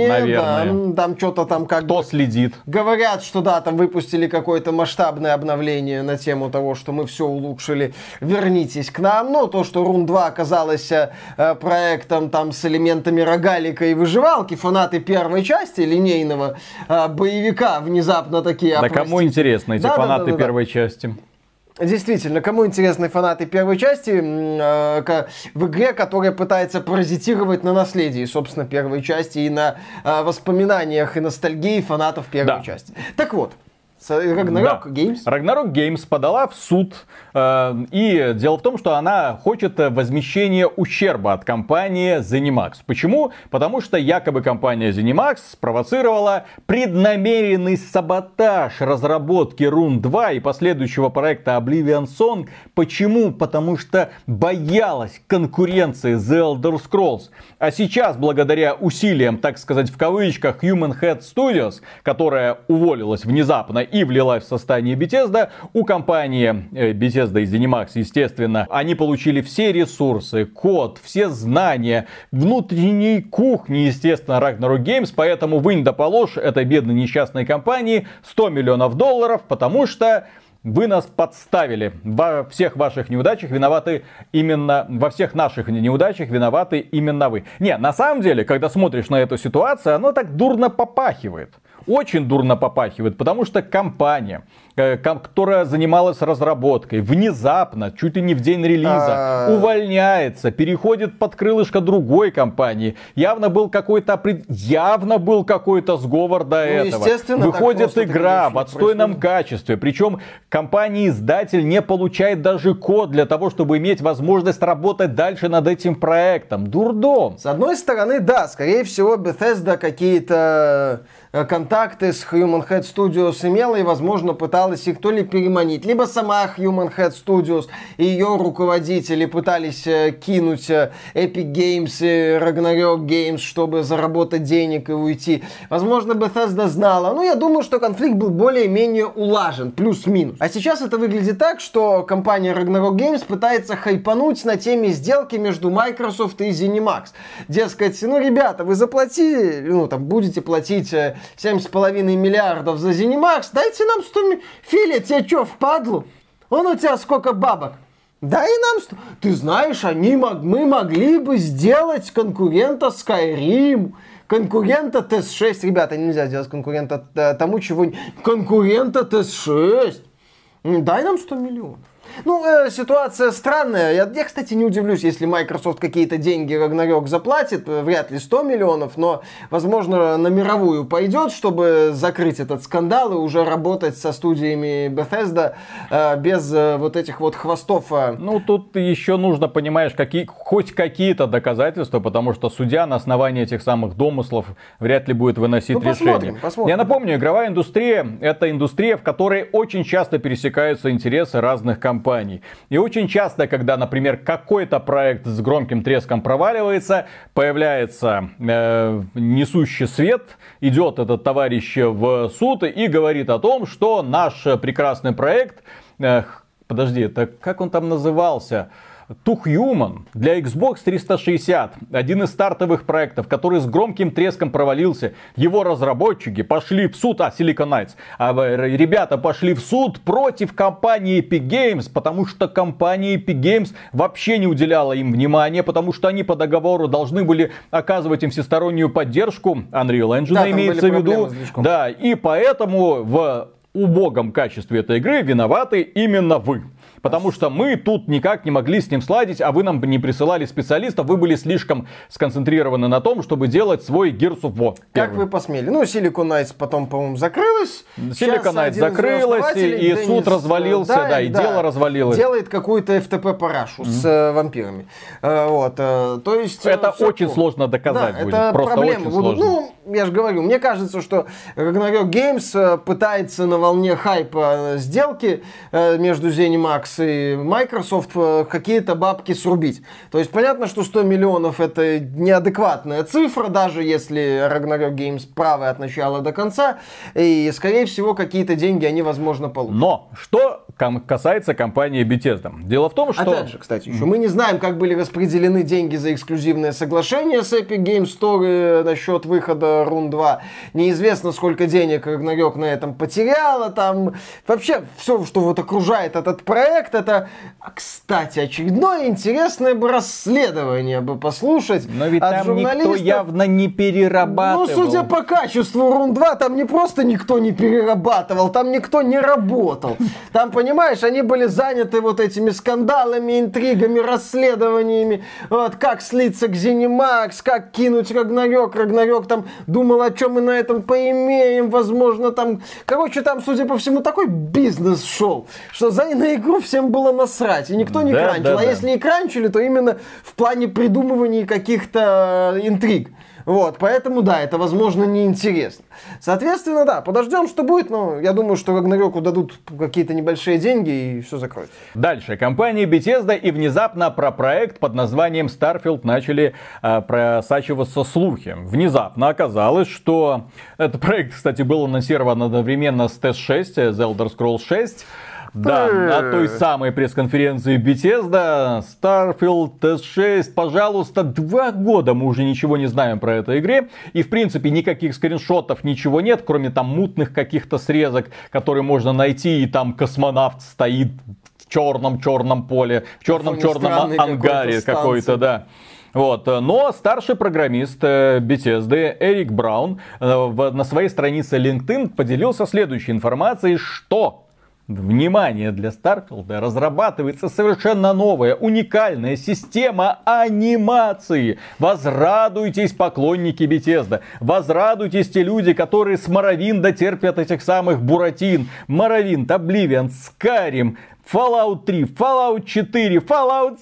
наверное. Да, там что-то там как Кто следит? Говорят, что да, там выпустили какое-то масштабное обновление на тему того, что мы все улучшили, вернитесь к нам. Но то, что Rune 2 оказалось проектом там с элементами рогалика и выживалки, фанаты первой части линейного боевика внезапно такие... Да кому интересно эти фанаты первой части? Действительно, кому интересны фанаты первой части в игре, которая пытается паразитировать на наследии, собственно, первой части и на воспоминаниях и ностальгии фанатов первой части. Так вот, Ragnarok Games. Ragnarok Games подала в суд. И дело в том, что она хочет возмещения ущерба от компании ZeniMax. Почему? Потому что якобы компания ZeniMax спровоцировала преднамеренный саботаж разработки Rune 2 и последующего проекта Oblivion Song. Почему? Потому что боялась конкуренции The Elder Scrolls. А сейчас, благодаря усилиям, так сказать, в кавычках, Human Head Studios, которая уволилась внезапно и влилась в состояние Bethesda, у компании Bethesda и ZeniMax, естественно, они получили все ресурсы, код, все знания, внутренней кухни, естественно, Ragnarok Games, поэтому вынь да положь этой бедной несчастной компании $100 миллионов, потому что вы нас подставили. Во всех ваших неудачах виноваты именно... Во всех наших неудачах виноваты именно вы. Не, на самом деле, когда смотришь на эту ситуацию, оно так дурно попахивает. Очень дурно попахивает, потому что компания, которая занималась разработкой, внезапно, чуть ли не в день релиза, увольняется, переходит под крылышко другой компании. Явно был какой-то сговор до этого. Выходит игра в отстойном качестве. Причем компания-издатель не получает даже код для того, чтобы иметь возможность работать дальше над этим проектом. Дурдом. С одной стороны, да, скорее всего, Bethesda какие-то контакты с Human Head Studios имела и, возможно, пыталась их то ли переманить, либо сама Human Head Studios и ее руководители пытались кинуть Epic Games и Ragnarok Games, чтобы заработать денег и уйти. Возможно, Bethesda знала. Но я думаю, что конфликт был более-менее улажен, плюс-минус. А сейчас это выглядит так, что компания Ragnarok Games пытается хайпануть на теме сделки между Microsoft и ZeniMax. Дескать, ребята, вы заплатили, будете платить 7,5 миллиардов за ZeniMax, дайте нам 100 миллионов. Филя, тебе что, впадлу? У тебя сколько бабок? Дай нам 100. Ты знаешь, мы могли бы сделать конкурента Skyrim, конкурента TS6. Ребята, нельзя сделать конкурента тому, чего... Конкурента TS6. Дай нам 100 миллионов. Ситуация странная. Я, кстати, не удивлюсь, если Microsoft какие-то деньги Ragnarok заплатит. Вряд ли 100 миллионов, но, возможно, на мировую пойдет, чтобы закрыть этот скандал и уже работать со студиями Bethesda без вот этих вот хвостов. Тут еще нужно, понимаешь, хоть какие-то доказательства, потому что судья на основании этих самых домыслов вряд ли будет выносить решение. Посмотрим. Я напомню, игровая индустрия — это индустрия, в которой очень часто пересекаются интересы разных компаний. И очень часто, когда, например, какой-то проект с громким треском проваливается, появляется несущий свет, идет этот товарищ в суд и говорит о том, что наш прекрасный проект, подожди, это как он там назывался? Too Human для Xbox 360, один из стартовых проектов, который с громким треском провалился. Его разработчики пошли в суд, Silicon Knights, ребята пошли в суд против компании Epic Games, потому что компания Epic Games вообще не уделяла им внимания, потому что они по договору должны были оказывать им всестороннюю поддержку. Unreal Engine имеется в виду. Да, и поэтому в убогом качестве этой игры виноваты именно вы. Потому что мы тут никак не могли с ним сладить, а вы нам не присылали специалистов, вы были слишком сконцентрированы на том, чтобы делать свой Gears of War. Как вы посмели? Silicon Knights потом, по-моему, закрылась. Silicon Knights закрылась, и суд развалился, и дело развалилось. Делает какую-то FTP-парашу с вампирами. То есть... Это очень сложно доказать будет. Это просто проблемы очень будут. Сложно. Я же говорю, мне кажется, что Ragnarok Games пытается на волне хайпа сделки между ZeniMax и Microsoft какие-то бабки срубить. То есть понятно, что 100 миллионов это неадекватная цифра, даже если Ragnarok Games правы от начала до конца, и скорее всего какие-то деньги они, возможно, получат. Но что касается компании Bethesda. Дело в том, что... Опять же, кстати, еще мы не знаем, как были распределены деньги за эксклюзивное соглашение с Epic Games Store насчет выхода Rune 2. Неизвестно, сколько денег Ragnarok на этом потеряла. Там вообще все, что вот окружает этот проект, это, кстати, очередное интересное бы расследование бы послушать. Но ведь от там журналистов. никто явно не перерабатывал. Ну, судя по качеству Rune 2, там не просто никто не перерабатывал, там никто не работал. Там, понимаешь, они были заняты вот этими скандалами, интригами, расследованиями, вот, как слиться к ZeniMax, как кинуть Ragnarok. Ragnarok там думал, о чем мы на этом поимеем, возможно, там... Короче, там, судя по всему, такой бизнес шел, что на игру всем было насрать, и никто не кранчил. А если и кранчили, то именно в плане придумывания каких-то интриг. Вот, поэтому, да, это, возможно, неинтересно. Соответственно, да, подождем, что будет, но я думаю, что Рагнарёку дадут какие-то небольшие деньги и все закроется. Дальше. Компания Bethesda и внезапно про проект под названием Starfield начали просачиваться слухи. Внезапно оказалось, что этот проект, кстати, был анонсирован одновременно с TS6, The Elder Scrolls 6. Да, на той самой пресс-конференции Bethesda, Starfield, TS6, пожалуйста, 2 года мы уже ничего не знаем про эту игре. И, в принципе, никаких скриншотов, ничего нет, кроме там мутных каких-то срезок, которые можно найти, и там космонавт стоит в черном поле, в черном ангаре какой-то, да. Вот. Но старший программист Bethesda Эрик Браун на своей странице LinkedIn поделился следующей информацией, что... Внимание, для Starfield разрабатывается совершенно новая, уникальная система анимации. Возрадуйтесь, поклонники Bethesda. Возрадуйтесь, те люди, которые с Morrowind терпят этих самых буратин. Morrowind, Oblivion, Skyrim, Fallout 3, Fallout 4, Fallout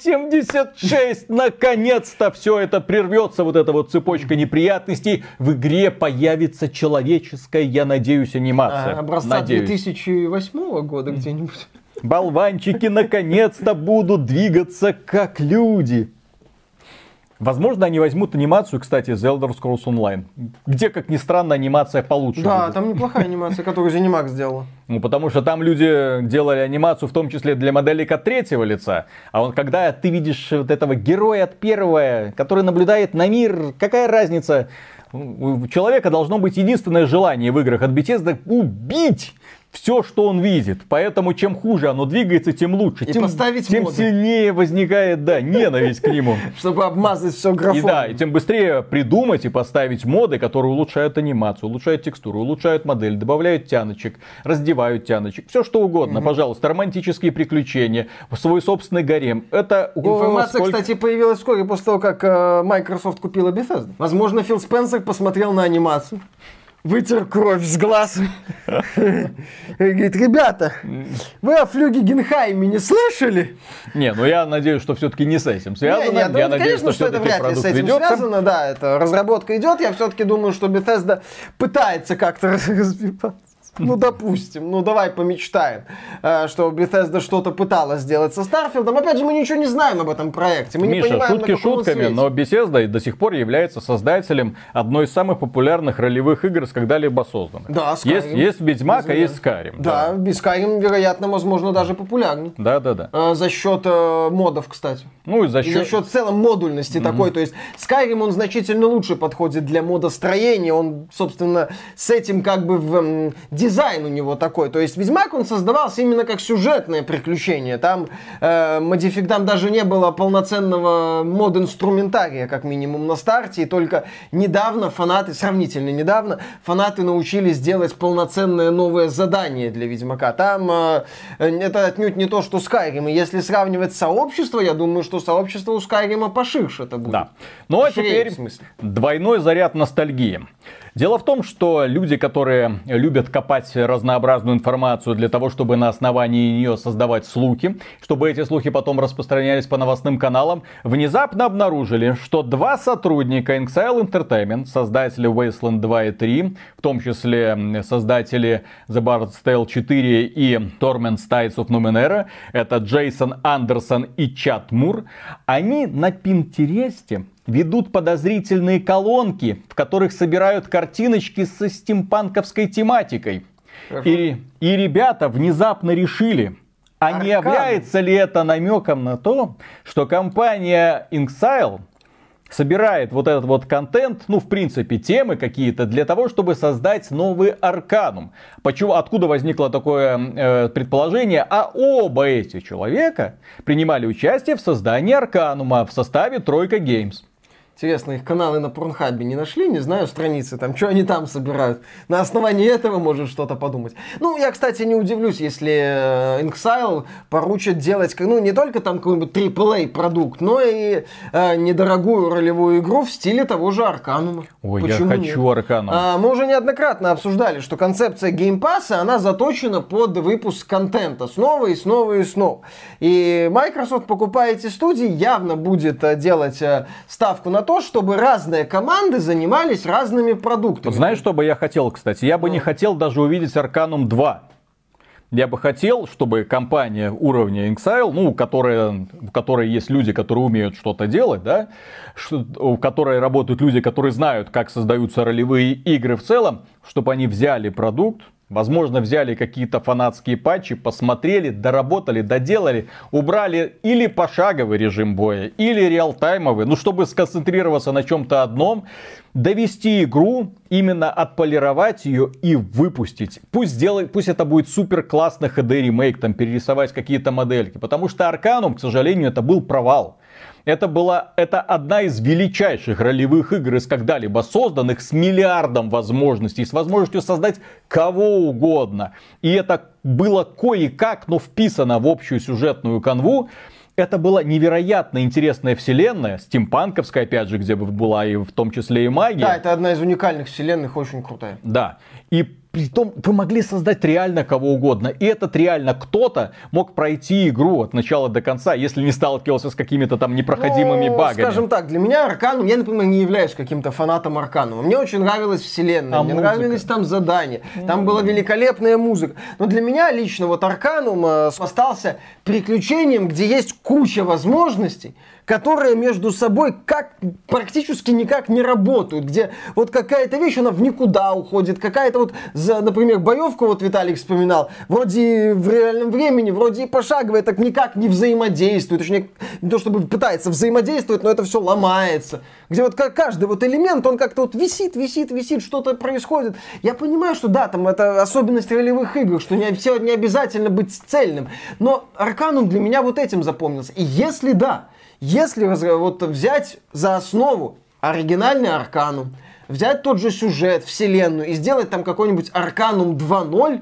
76. Наконец-то все это прервется, вот эта вот цепочка неприятностей. В игре появится человеческая, я надеюсь, анимация. Образца 2008 года где-нибудь. Болванчики наконец-то будут двигаться как люди. Возможно, они возьмут анимацию, кстати, The Elder Scrolls Online. Где, как ни странно, анимация получше Да, будет. там неплохая анимация, которую ZeniMax сделала. Ну, потому что там люди делали анимацию, в том числе для моделек от третьего лица. А вот когда ты видишь вот этого героя от первого, который наблюдает на мир, какая разница? У человека должно быть единственное желание в играх от Bethesda — убить все, что он видит. Поэтому чем хуже оно двигается, тем лучше. И тем моды. сильнее возникает, да, ненависть к нему. Чтобы обмазать все графоном. И тем быстрее придумать и поставить моды, которые улучшают анимацию, улучшают текстуру, улучшают модель, добавляют тяночек, раздевают тяночек. Все что угодно, пожалуйста. Романтические приключения, свой собственный гарем. Это... Информация, кстати, появилась вскоре после того, как Microsoft купила Bethesda. Возможно, Фил Спенсер посмотрел на анимацию, вытер кровь с глаз. Говорит, ребята, вы о флюге Генхайме не слышали? Не, ну я надеюсь, что все-таки не с этим связано. Я надеюсь, конечно, что это вряд ли с этим связано. Да, это разработка идет. Я все-таки думаю, что Bethesda пытается как-то развиваться. Ну, допустим, ну давай помечтаем, что Bethesda что-то пыталась сделать со Starfield. Опять же, мы ничего не знаем об этом проекте. Мы Миша, не понимаем, шутки шутками, но Bethesda до сих пор является создателем одной из самых популярных ролевых игр, когда-либо созданных. Да, Skyrim. Есть Ведьмак, а есть Skyrim. Да, без Skyrim, вероятно, возможно, даже популярнее. Да. За счет модов, кстати. Ну и за счет в целом модульности такой. То есть Skyrim, он значительно лучше подходит для модостроения. Он, собственно, с этим как бы в дизайн у него такой. То есть Ведьмак, он создавался именно как сюжетное приключение. Там там даже не было полноценного мод-инструментария, как минимум, на старте. И только недавно сравнительно недавно, фанаты научились делать полноценное новое задание для Ведьмака. Там это отнюдь не то, что Skyrim. И если сравнивать сообщество, я думаю, что сообщество у Skyrim поширше это будет. Да. Ну а теперь двойной заряд ностальгии. Дело в том, что люди, которые любят копать разнообразную информацию для того, чтобы на основании нее создавать слухи, чтобы эти слухи потом распространялись по новостным каналам, внезапно обнаружили, что 2 сотрудника Inxile Entertainment, создатели Wasteland 2 и 3, в том числе создатели The Bard's Tale 4 и Torment Tides of Numenera, это Джейсон Андерсон и Чад Мур, они на Пинтересте ведут подозрительные колонки, в которых собирают картиночки со стимпанковской тематикой. И ребята внезапно решили, А не является ли это намеком на то, что компания Inxile собирает вот этот вот контент, ну, в принципе, темы какие-то, для того, чтобы создать новый Арканум? Почему, откуда возникло такое предположение? А оба эти человека принимали участие в создании Арканума в составе Тройка Games. Интересно, их каналы на Порнхабе не нашли? Не знаю, страницы там, что они там собирают. На основании этого может что-то подумать. Ну, я, кстати, не удивлюсь, если Inxile поручат делать, ну, не только там какой-нибудь AAA продукт, но и недорогую ролевую игру в стиле того же Арканума. Ой, почему я хочу Арканум. Мы уже неоднократно обсуждали, что концепция геймпасса, она заточена под выпуск контента снова и снова и снова. И Microsoft, покупая эти студии, явно будет делать ставку на то, чтобы разные команды занимались разными продуктами. Знаешь, что бы я хотел, кстати? Я бы не хотел даже увидеть Арканум 2. Я бы хотел, чтобы компания уровня Inxile, ну, у которой есть люди, которые умеют что-то делать, да, у которой работают люди, которые знают, как создаются ролевые игры в целом, чтобы они взяли продукт, возможно, взяли какие-то фанатские патчи, посмотрели, доработали, доделали, убрали или пошаговый режим боя, или реалтаймовый, ну, чтобы сконцентрироваться на чем-то одном, довести игру, именно отполировать ее и выпустить. Пусть это будет супер классный HD ремейк, там перерисовать какие-то модельки, потому что Арканум, к сожалению, это был провал. Это одна из величайших ролевых игр из когда-либо созданных, с миллиардом возможностей, с возможностью создать кого угодно. И это было кое-как, но вписано в общую сюжетную канву. Это была невероятно интересная вселенная, стимпанковская, опять же, где была и в том числе и магия. Да, это одна из уникальных вселенных, очень крутая. Да, и притом вы могли создать реально кого угодно. И этот реально кто-то мог пройти игру от начала до конца, если не сталкивался с какими-то там непроходимыми багами. Скажем так, для меня Арканум, я, например, не являюсь каким-то фанатом Арканума. Мне очень нравилась вселенная, мне нравились там задания, там была великолепная музыка. Но для меня лично вот Арканум остался приключением, где есть куча возможностей, которые между собой практически никак не работают, где вот какая-то вещь, она в никуда уходит, какая-то вот, например, боевку, вот Виталик вспоминал, вроде в реальном времени, вроде и пошаговая, так никак не взаимодействует, точнее, не то чтобы пытается взаимодействовать, но это все ломается, где вот каждый вот элемент, он как-то вот висит, что-то происходит. Я понимаю, что да, там это особенность ролевых игр, что все не обязательно быть цельным, но Арканум для меня вот этим запомнился. И если вот взять за основу оригинальный Арканум, взять тот же сюжет, вселенную и сделать там какой-нибудь Арканум 2.0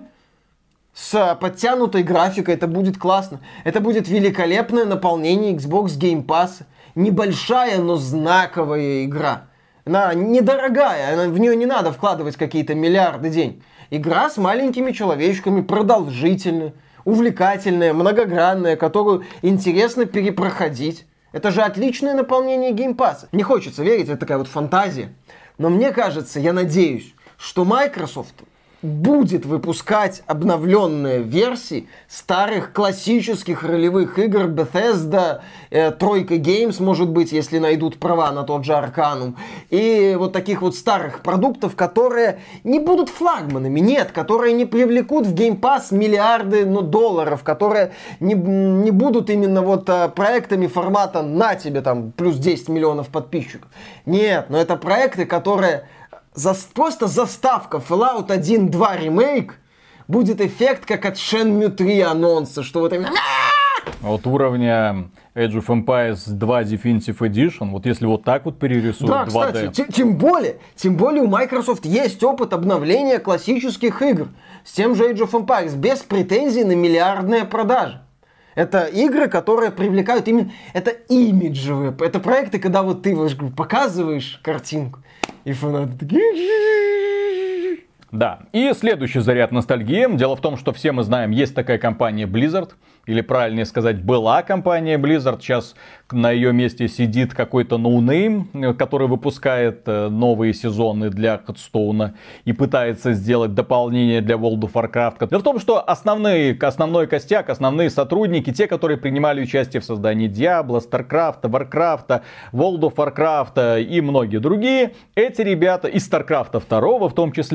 с подтянутой графикой, это будет классно. Это будет великолепное наполнение Xbox Game Pass. Небольшая, но знаковая игра. Она недорогая, в нее не надо вкладывать какие-то миллиарды денег. Игра с маленькими человечками, продолжительная, увлекательная, многогранная, которую интересно перепроходить. Это же отличное наполнение геймпасса. Не хочется верить, это такая вот фантазия. Но мне кажется, я надеюсь, что Microsoft будет выпускать обновленные версии старых классических ролевых игр Bethesda, Тройка Games, может быть, если найдут права на тот же Arcanum, и вот таких вот старых продуктов, которые не будут флагманами, нет, которые не привлекут в Game Pass миллиарды долларов, которые не будут именно вот проектами формата «на тебе там плюс 10 миллионов подписчиков». Нет, но это проекты, которые... Просто заставка Fallout 1.2 ремейк будет эффект, как от Shenmue 3 анонса, что вот именно... Вот уровня Age of Empires 2 Definitive Edition, вот если вот так вот перерисуют 2D. Да, кстати, тем более у Microsoft есть опыт обновления классических игр с тем же Age of Empires, без претензий на миллиардные продажи. Это игры, которые привлекают именно... Это имиджевые. Это проекты, когда вот ты показываешь картинку, и фанаты такие... Да, и следующий заряд ностальгии. Дело в том, что все мы знаем, есть такая компания Blizzard. Или правильнее сказать, была компания Blizzard. Сейчас на ее месте сидит какой-то ноунейм, который выпускает новые сезоны для Hearthstone и пытается сделать дополнение для World of Warcraft. Дело в том, что основной костяк, основные сотрудники, те, которые принимали участие в создании Diablo, StarCraft, Warcraft, World of Warcraft и многие другие, эти ребята, из StarCraft 2 в том числе,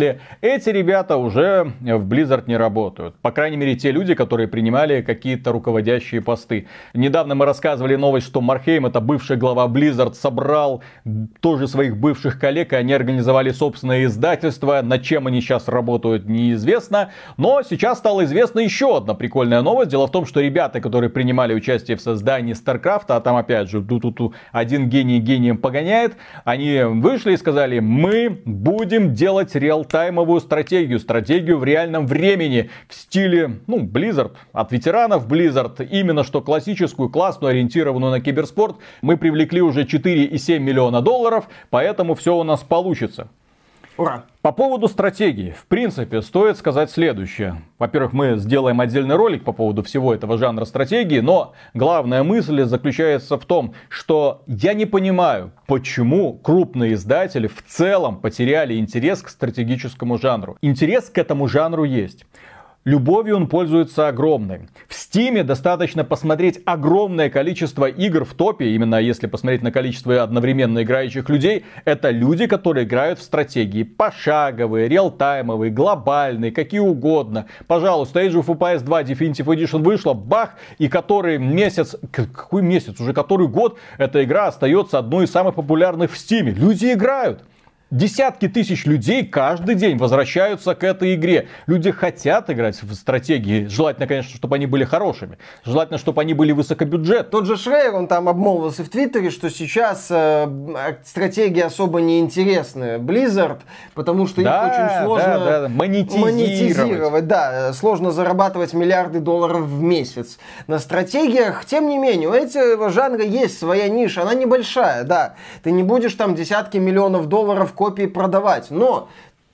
эти ребята уже в Blizzard не работают. По крайней мере, те люди, которые принимали какие-то руководящие посты. Недавно мы рассказывали новость, что Мархейм, это бывший глава Blizzard, собрал тоже своих бывших коллег, и они организовали собственное издательство. Над чем они сейчас работают, неизвестно. Но сейчас стало известно еще одна прикольная новость. Дело в том, что ребята, которые принимали участие в создании StarCraft, а там опять же один гений гением погоняет, они вышли и сказали: мы будем делать реалтаймовую стратегию в реальном времени в стиле, Blizzard, от ветеранов Blizzard, именно что классическую, классную, ориентированную на киберспорт. Мы привлекли уже 4,7 миллиона долларов, поэтому все у нас получится. Ура! По поводу стратегии, в принципе, стоит сказать следующее. Во-первых, мы сделаем отдельный ролик по поводу всего этого жанра стратегии, но главная мысль заключается в том, что я не понимаю, почему крупные издатели в целом потеряли интерес к стратегическому жанру. Интерес к этому жанру есть. Любовью он пользуется огромной. В Стиме достаточно посмотреть огромное количество игр в топе, именно если посмотреть на количество одновременно играющих людей, это люди, которые играют в стратегии. Пошаговые, реалтаймовые, глобальные, какие угодно. Пожалуйста, Age of Empires 2 Definitive Edition вышла, бах, и который месяц, какой месяц, уже который год эта игра остается одной из самых популярных в Стиме. Люди играют. Десятки тысяч людей каждый день возвращаются к этой игре. Люди хотят играть в стратегии. Желательно, конечно, чтобы они были хорошими. Желательно, чтобы они были высокобюджетными. Тот же Шрейер, он там обмолвился в Твиттере, что сейчас стратегии особо не интересны Blizzard, потому что их очень сложно монетизировать. Да, сложно зарабатывать миллиарды долларов в месяц на стратегиях. Тем не менее, у этого жанра есть своя ниша. Она небольшая, да. Ты не будешь там десятки миллионов долларов копии продавать, но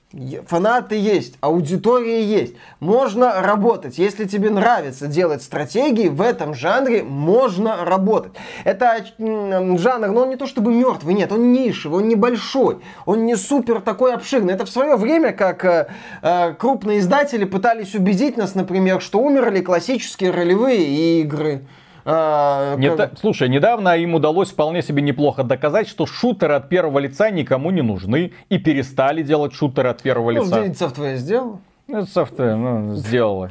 фанаты есть, аудитория есть, можно работать. Если тебе нравится делать стратегии, в этом жанре можно работать. Это жанр, но он не то чтобы мертвый, нет, он нишевый, он небольшой, он не супер такой обширный. Это в свое время, как крупные издатели пытались убедить нас, например, что умерли классические ролевые игры. Слушай, недавно им удалось вполне себе неплохо доказать, что шутеры от первого лица никому не нужны. И перестали делать шутеры от первого лица. Zenit Software сделал? Software, сделала.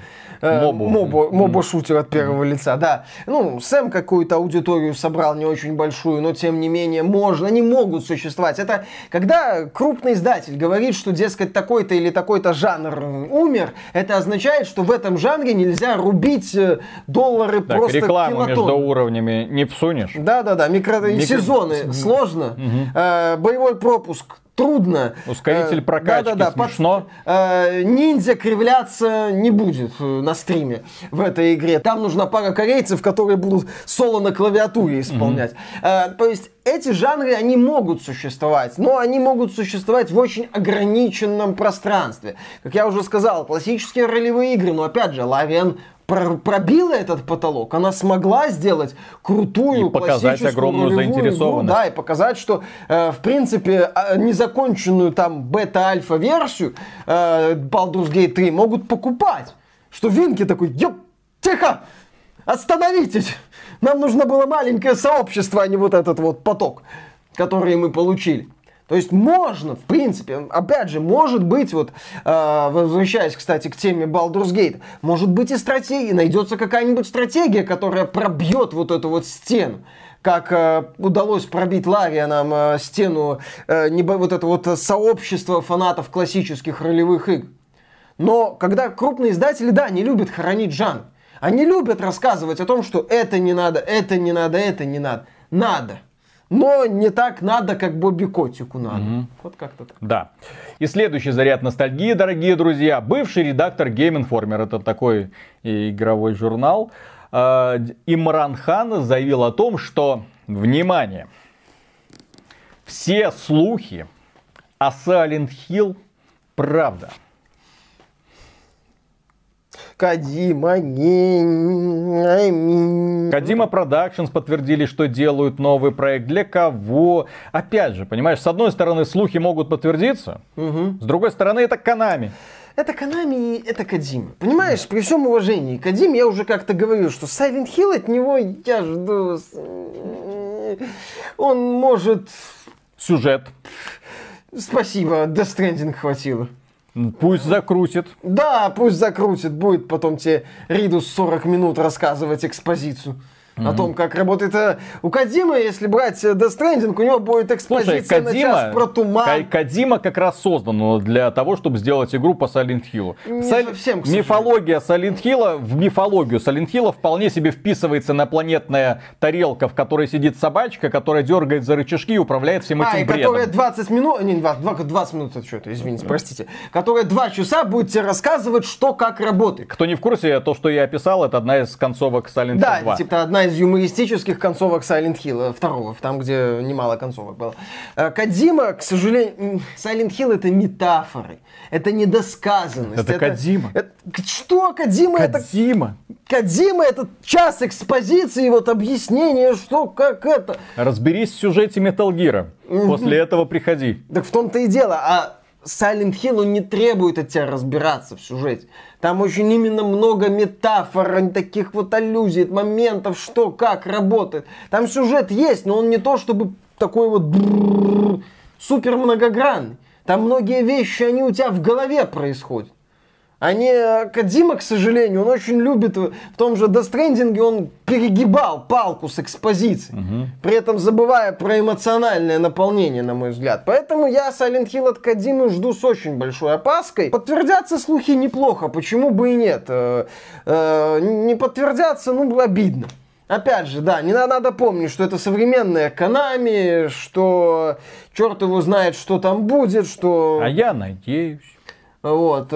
Моба-шутер от первого лица, да. Сэм какую-то аудиторию собрал не очень большую, но тем не менее они могут существовать. Это когда крупный издатель говорит, что, дескать, такой-то или такой-то жанр умер, это означает, что в этом жанре нельзя рубить доллары так, просто рекламу килотон. Между уровнями не всунешь. Да-да-да, сезоны сложно, боевой пропуск трудно. Ускоритель прокачки, смешно. Ниндзя кривляться не будет на стриме в этой игре. Там нужна пара корейцев, которые будут соло на клавиатуре исполнять. То есть эти жанры, они могут существовать, но они могут существовать в очень ограниченном пространстве. Как я уже сказал, классические ролевые игры, но опять же, Лариан пробила этот потолок, она смогла сделать крутую, и показать огромную заинтересованность. Да, и показать, что, в принципе, незаконченную там бета-альфа-версию Baldur's Gate 3 могут покупать. Что Винки такой: тихо, остановитесь, нам нужно было маленькое сообщество, а не вот этот вот поток, который мы получили. То есть можно, в принципе, опять же, может быть, возвращаясь, кстати, к теме Baldur's Gate, может быть и стратегия, найдется какая-нибудь стратегия, которая пробьет вот эту вот стену. Как удалось пробить Ларианам стену вот это вот сообщество фанатов классических ролевых игр. Но когда крупные издатели, да, не любят хоронить жанр. Они любят рассказывать о том, что это не надо, это не надо, это не надо. Надо. Но не так надо, как Бобби Котику надо. Вот как-то так. Да. И следующий заряд ностальгии, дорогие друзья. Бывший редактор Game Informer, это такой игровой журнал, Имран Хан заявил о том, что, внимание, все слухи о Silent Hill правда. Кодзима Productions подтвердили, что делают новый проект. Для кого? Опять же, понимаешь, с одной стороны слухи могут подтвердиться, с другой стороны это Konami. Это Konami и это Кодзима. Понимаешь, при всем уважении к Кодзиме, я уже как-то говорил, что Silent Hill от него я жду. Он может... Сюжет. Спасибо, Death Stranding хватило. Пусть закрутит. Да, пусть закрутит. Будет потом тебе Ридус 40 минут рассказывать экспозицию. О том, как работает. У Кодзимы, если брать Death Stranding, у него будет экспозиция на час про туман. Кодзима как раз создан для того, чтобы сделать игру по Silent Hill. Мифология Silent Hill, в мифологию Silent Hill вполне себе вписывается инопланетная тарелка, в которой сидит собачка, которая дергает за рычажки и управляет всем этим бредом. Которая 20 минут, не, 20 минут, это что-то, извините, простите, которая 2 часа будет тебе рассказывать, что, как работает. Кто не в курсе, то, что я описал, это одна из концовок Silent Hill 2. Да, типа одна из юмористических концовок Silent Hill, второго, там, где немало концовок было. Кодзима, к сожалению, Silent Hill это метафоры, это недосказанность. Это Кодзима. Что Кодзима? Кодзима это час экспозиции, вот объяснение, что, как это. Разберись в сюжете Metal Gear, после этого приходи. Так в том-то и дело, Silent Hill, он не требует от тебя разбираться в сюжете. Там очень именно много метафор, таких вот аллюзий, моментов, что, как работает. Там сюжет есть, но он не то, чтобы такой вот супер многогранный. Там многие вещи, они у тебя в голове происходят. Кодзима, к сожалению, он очень любит, в том же Death Stranding он перегибал палку с экспозицией, при этом забывая про эмоциональное наполнение, на мой взгляд. Поэтому я Silent Hill от Кодзимы жду с очень большой опаской. Подтвердятся слухи неплохо, почему бы и нет. Не подтвердятся, обидно. Опять же, да, не надо помнить, что это современная Konami, что черт его знает, что там будет, что... А я надеюсь. Вот,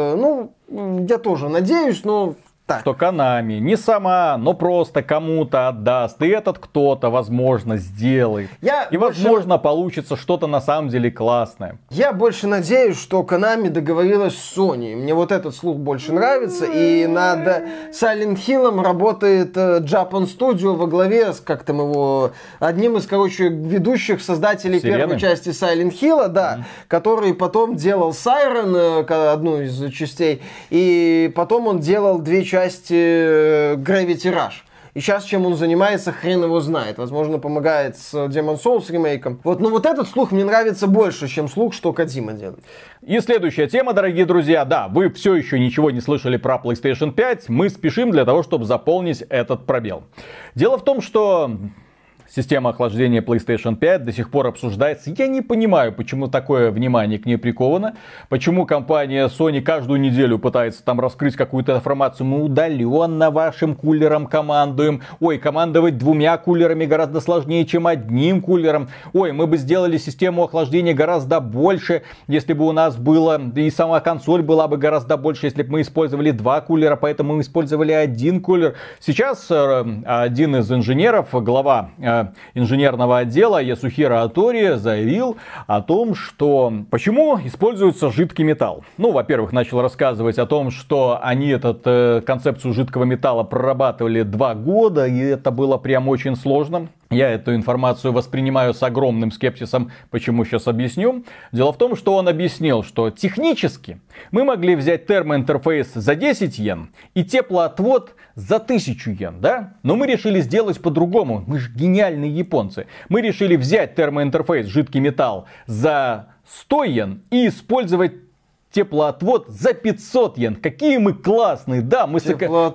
я тоже надеюсь, но так. Что Konami не сама, но просто кому-то отдаст. И этот кто-то, возможно, сделает. Возможно, получится что-то на самом деле классное. Я больше надеюсь, что Konami договорилась с Sony. Мне вот этот слух больше нравится. И над Silent Hill работает Japan Studio во главе с, одним из, ведущих создателей первой части Silent Hill, да, который потом делал Siren, одну из частей. И потом он делал 2 части Gravity Rush. И сейчас чем он занимается, хрен его знает. Возможно, помогает с Demon's Souls ремейком. Вот этот слух мне нравится больше, чем слух, что Кодзима делает. И следующая тема, дорогие друзья. Да, вы все еще ничего не слышали про PlayStation 5. Мы спешим для того, чтобы заполнить этот пробел. Дело в том, что... Система охлаждения PlayStation 5 до сих пор обсуждается. Я не понимаю, почему такое внимание к ней приковано. Почему компания Sony каждую неделю пытается там раскрыть какую-то информацию. Мы удаленно вашим кулером командуем. Ой, командовать 2 кулерами гораздо сложнее, чем 1 кулером. Ой, мы бы сделали систему охлаждения гораздо больше, если бы у нас было... И сама консоль была бы гораздо больше, если бы мы использовали 2 кулера. Поэтому мы использовали 1 кулер. Сейчас один из инженеров, глава инженерного отдела Ясухиро Атори заявил о том, что почему используется жидкий металл. Во-первых, начал рассказывать о том, что они эту концепцию жидкого металла прорабатывали 2 года, и это было прям очень сложно. Я эту информацию воспринимаю с огромным скепсисом. Почему, сейчас объясню. Дело в том, что он объяснил, что технически мы могли взять термоинтерфейс за 10 йен и теплоотвод за 1000 йен, да? Но мы решили сделать по-другому. Мы же гениальные японцы. Мы решили взять термоинтерфейс жидкий металл за 100 йен и использовать теплоотвод за 500 йен. Какие мы классные. Да, мы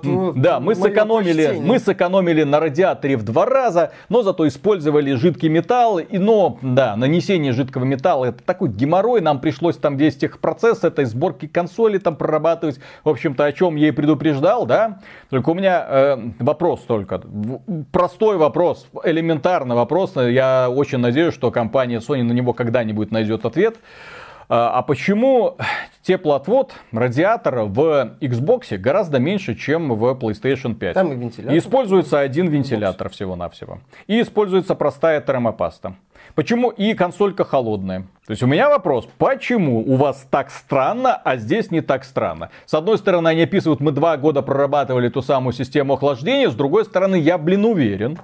сэкономили на радиаторе в 2 раза, но зато использовали жидкий металл. Нанесение жидкого металла это такой геморрой. Нам пришлось там весь техпроцесс этой сборки консоли там прорабатывать. В общем-то, о чем я и предупреждал, да. Только у меня вопрос только. Простой вопрос, элементарный вопрос. Я очень надеюсь, что компания Sony на него когда-нибудь найдет ответ. А почему теплоотвод радиатора в Xbox гораздо меньше, чем в PlayStation 5? Там и вентилятор. Используется один вентилятор всего-навсего. И используется простая термопаста. Почему и консолька холодная? То есть у меня вопрос, почему у вас так странно, а здесь не так странно? С одной стороны, они описывают, мы 2 года прорабатывали ту самую систему охлаждения. С другой стороны, я, уверен,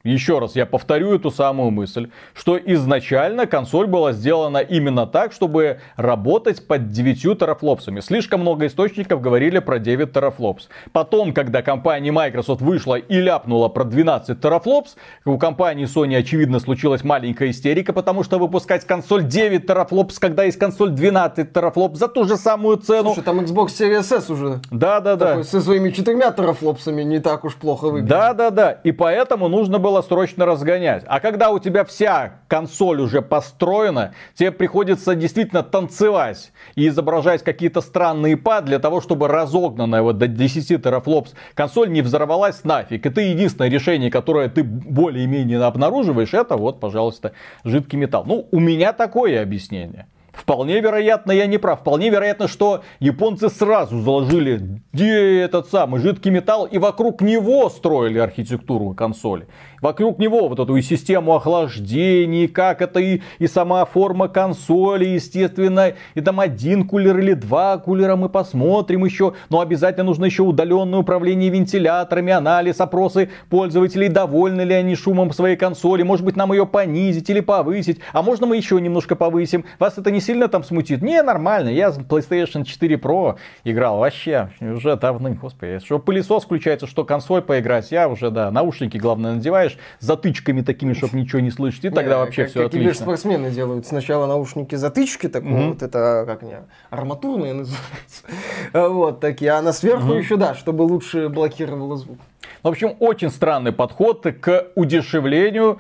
Еще раз, я повторю эту самую мысль, что изначально консоль была сделана именно так, чтобы работать под 9 терафлопсами. Слишком много источников говорили про 9 терафлопс. Потом, когда компания Microsoft вышла и ляпнула про 12 терафлопс, у компании Sony, очевидно, случилась маленькая истерика, потому что выпускать консоль 9 терафлопс, когда есть консоль 12 терафлопс за ту же самую цену. Слушай, там Xbox Series S уже. Да. Со своими 4 терафлопсами не так уж плохо выглядит. Да. И поэтому нужно было срочно разгонять. А когда у тебя вся консоль уже построена, тебе приходится действительно танцевать и изображать какие-то странные пад для того, чтобы разогнанная вот до 10 терафлопс консоль не взорвалась нафиг. И ты единственное решение, которое ты более-менее обнаруживаешь, это вот, пожалуйста, жидкий металл. Ну, у меня такое объяснение. Вполне вероятно, я не прав. Вполне вероятно, что японцы сразу заложили этот самый жидкий металл и вокруг него строили архитектуру консоли. Вокруг него вот эту и систему охлаждения, и как это и сама форма консоли, естественно. И там 1 кулер или 2 кулера мы посмотрим еще. Но обязательно нужно еще удаленное управление вентиляторами, анализ, опросы пользователей, довольны ли они шумом своей консоли. Может быть, нам ее понизить или повысить. А можно мы еще немножко повысим? Вас это не сильно там смутит? Не, нормально. Я с PlayStation 4 Pro играл вообще уже давно. Господи, что пылесос включается, что консоль поиграть. Я уже, наушники, главное, надеваешь затычками такими, чтобы ничего не слышать. И тогда вообще все отлично. Киберспортсмены делают сначала наушники затычки, вот это как не арматурные называются. Вот такие. А на сверху еще, чтобы лучше блокировало звук. В общем, очень странный подход к удешевлению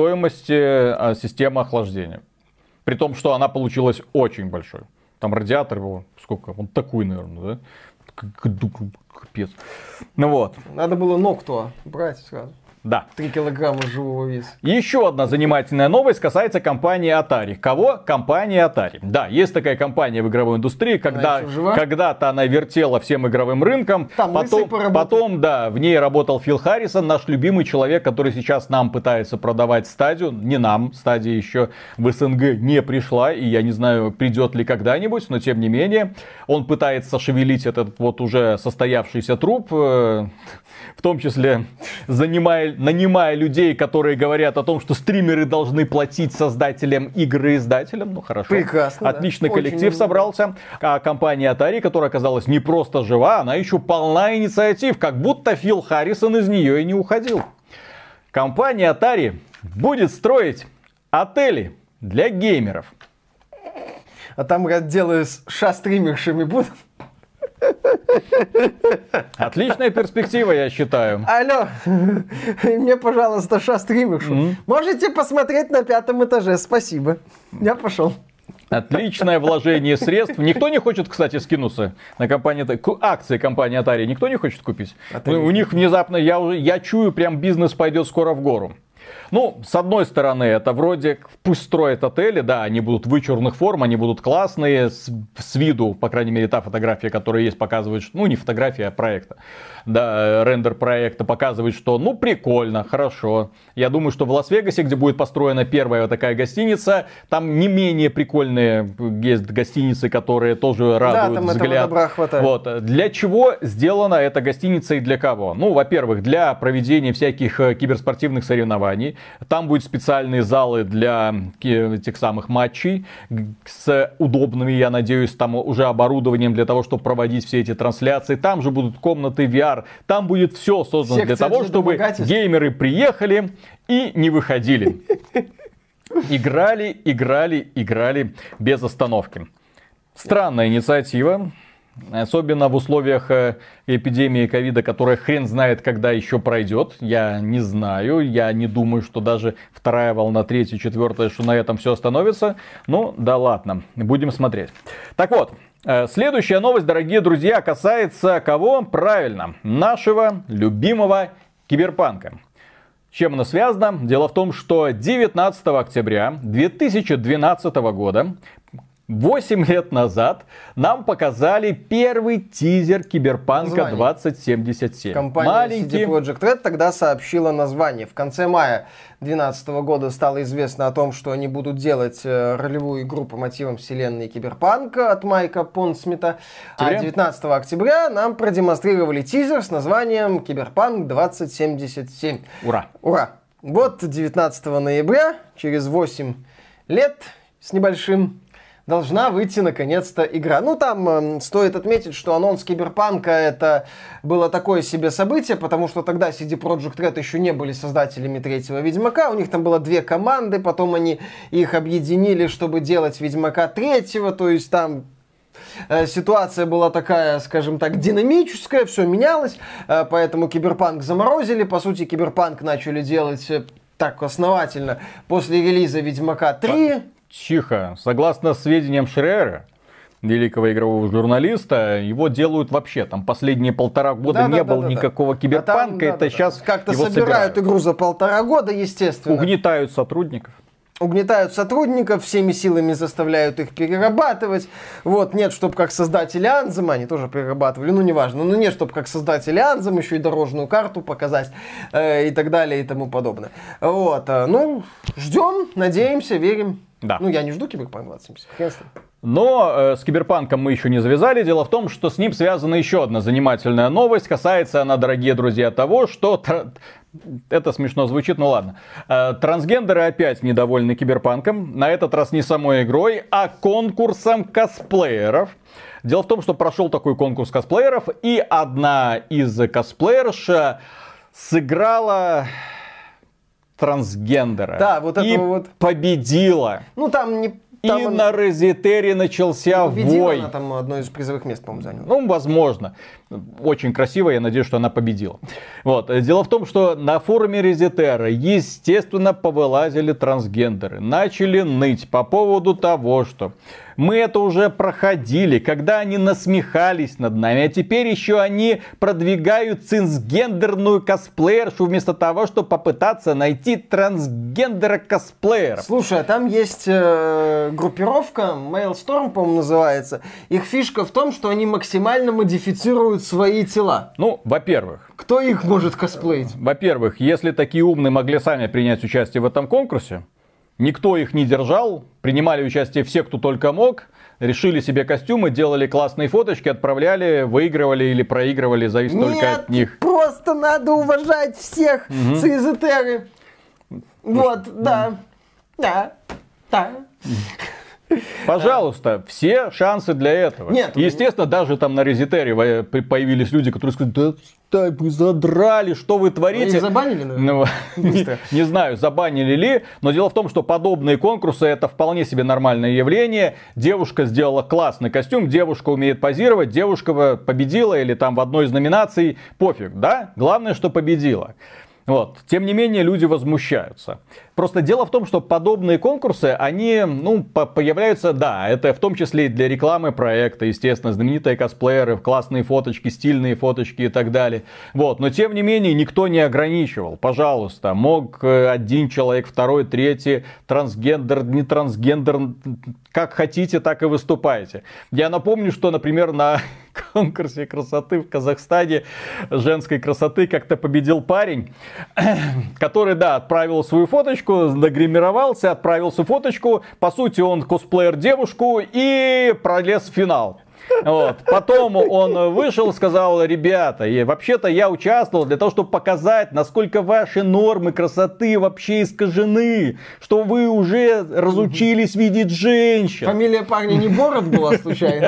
стоимости системы охлаждения. При том, что она получилась очень большой. Там радиатор его, сколько? Он такой, наверное, да? Капец. Ну вот. Надо было Noctua брать сразу. Да. 3 килограмма живого веса. Еще одна занимательная новость касается компании Atari. Кого? Компания Atari. Да, есть такая компания в игровой индустрии, когда-то она вертела всем игровым рынком. Потом, в ней работал Фил Харрисон, наш любимый человек, который сейчас нам пытается продавать стадию. Не нам, стадия еще в СНГ не пришла, и я не знаю, придет ли когда-нибудь, но тем не менее, он пытается шевелить этот вот уже состоявшийся труп, в том числе нанимая людей, которые говорят о том, что стримеры должны платить создателям игр и издателям. Ну хорошо. Прекрасно. Отличный коллектив собрался. А компания Atari, которая оказалась не просто жива, она еще полна инициатив, как будто Фил Харрисон из нее и не уходил. Компания Atari будет строить отели для геймеров. А там отделы с ша-стримершами будут? Отличная перспектива, я считаю. Алло, мне, пожалуйста, ша-стримершу. Можете посмотреть на 5-м этаже, спасибо. Я пошел. Отличное вложение средств. Никто не хочет, кстати, скинуться на акции компании Atari. Никто не хочет купить. У них внезапно, я чую, прям бизнес пойдет скоро в гору. Ну, с одной стороны, это вроде, пусть строят отели, да, они будут вычурных форм, они будут классные, с виду, по крайней мере, та фотография, которая есть, показывает, ну, не фотография, а проекта. Да, рендер проекта показывает, что, ну, прикольно, хорошо. Я думаю, что в Лас-Вегасе, где будет построена первая вот такая гостиница, там не менее прикольные есть гостиницы, которые тоже радуют там взгляд. Этого добра хватает. Вот. Для чего сделана эта гостиница и для кого? Ну, во-первых, для проведения всяких киберспортивных соревнований. Там будут специальные залы для этих самых матчей с удобными, я надеюсь, там уже оборудованием для того, чтобы проводить все эти трансляции. Там же будут комнаты VR. Там будет все создано для того, чтобы геймеры приехали и не выходили. Играли без остановки. Странная инициатива. Особенно в условиях эпидемии ковида, которая хрен знает, когда еще пройдет. Я не знаю. Я не думаю, что даже вторая волна, третья, четвертая, что на этом все остановится. Ну, да ладно. Будем смотреть. Так вот. Следующая новость, дорогие друзья, касается кого? Правильно. Нашего любимого Киберпанка. С чем она связана? Дело в том, что 19 октября 2012 года 8 лет назад нам показали первый тизер Киберпанка 2077. Компания CD Projekt Red тогда сообщила название. В конце мая 2012 года стало известно о том, что они будут делать ролевую игру по мотивам вселенной Киберпанка от Майка Понсмита. А 19 октября нам продемонстрировали тизер с названием Киберпанк 2077. Ура! Ура! Вот 19 ноября, через 8 лет с небольшим, должна выйти наконец-то игра. Ну, там стоит отметить, что анонс Киберпанка это было такое себе событие, потому что тогда CD Projekt Red еще не были создателями третьего Ведьмака. У них там было 2 команды, потом они их объединили, чтобы делать Ведьмака третьего. То есть там ситуация была такая, скажем так, динамическая, все менялось, поэтому Киберпанк заморозили. По сути, Киберпанк начали делать так основательно после релиза Ведьмака 3. Тихо. Согласно сведениям Шрера, великого игрового журналиста, его делают вообще. Там последние 1,5 года не было никакого Киберпанка. Это сейчас как-то собирают игру за 1,5 года, естественно. Угнетают сотрудников. Всеми силами заставляют их перерабатывать. Вот, нет, чтобы как создатели Anthem, они тоже перерабатывали, ну, неважно, но нет, чтобы как создатели Anthem еще и дорожную карту показать и так далее и тому подобное. Вот, ну, ждем, надеемся, верим. Да. Ну, я не жду Киберпанк 2070, хрен с ним. Но с Киберпанком мы еще не завязали. Дело в том, что с ним связана еще одна занимательная новость. Касается она, дорогие друзья, того, что... Это смешно звучит, ну ладно. Трансгендеры опять недовольны Киберпанком. На этот раз не самой игрой, а конкурсом косплееров. Дело в том, что прошел такой конкурс косплееров, и одна из косплеерш сыграла трансгендера. Да, вот это и вот. Победила. Ну, там не... И на Резетере начался вой. Она там одно из призовых мест, по-моему, заняла. Ну, возможно. Очень красиво, я надеюсь, что она победила. Вот. Дело в том, что на форуме Резетера, естественно, повылазили трансгендеры. Начали ныть по поводу того, что мы это уже проходили, когда они насмехались над нами, а теперь еще они продвигают цисгендерную косплеершу вместо того, чтобы попытаться найти трансгендера косплеера. Слушай, а там есть группировка, Mailstorm, по-моему, называется. Их фишка в том, что они максимально модифицируют свои тела. Ну, во-первых. Кто их может косплеить? Во-первых, если такие умные могли сами принять участие в этом конкурсе, никто их не держал, принимали участие все, кто только мог, решили себе костюмы, делали классные фоточки, отправляли, выигрывали или проигрывали, зависит только от них. Просто надо уважать всех цизетеры. Вот, да. Пожалуйста, все шансы для этого. Нет, естественно, даже там на Резетере появились люди, которые сказали, да вы задрали, что вы творите. Их забанили, наверное? Не знаю, забанили ли, но дело в том, что подобные конкурсы это вполне себе нормальное явление. Девушка сделала классный костюм, девушка умеет позировать, девушка победила или там в одной из номинаций, пофиг, да? Главное, что победила. Вот. Тем не менее, люди возмущаются. Просто дело в том, что подобные конкурсы, они, появляются, да, это в том числе и для рекламы проекта, естественно, знаменитые косплееры, классные фоточки, стильные фоточки и так далее. Вот. Но тем не менее, никто не ограничивал. Пожалуйста, мог один человек, второй, третий, трансгендер, не трансгендер, как хотите, так и выступайте. Я напомню, что, например, на конкурсе красоты в Казахстане, женской красоты, как-то победил парень, который, да, отправил свою фоточку, нагримировался, отправил свою фоточку. По сути, он косплеер девушку и пролез в финал. Вот. Потом он вышел, сказал, ребята, вообще-то я участвовал для того, чтобы показать, насколько ваши нормы красоты вообще искажены, что вы уже разучились видеть женщин. Фамилия парня не Бород была случайно?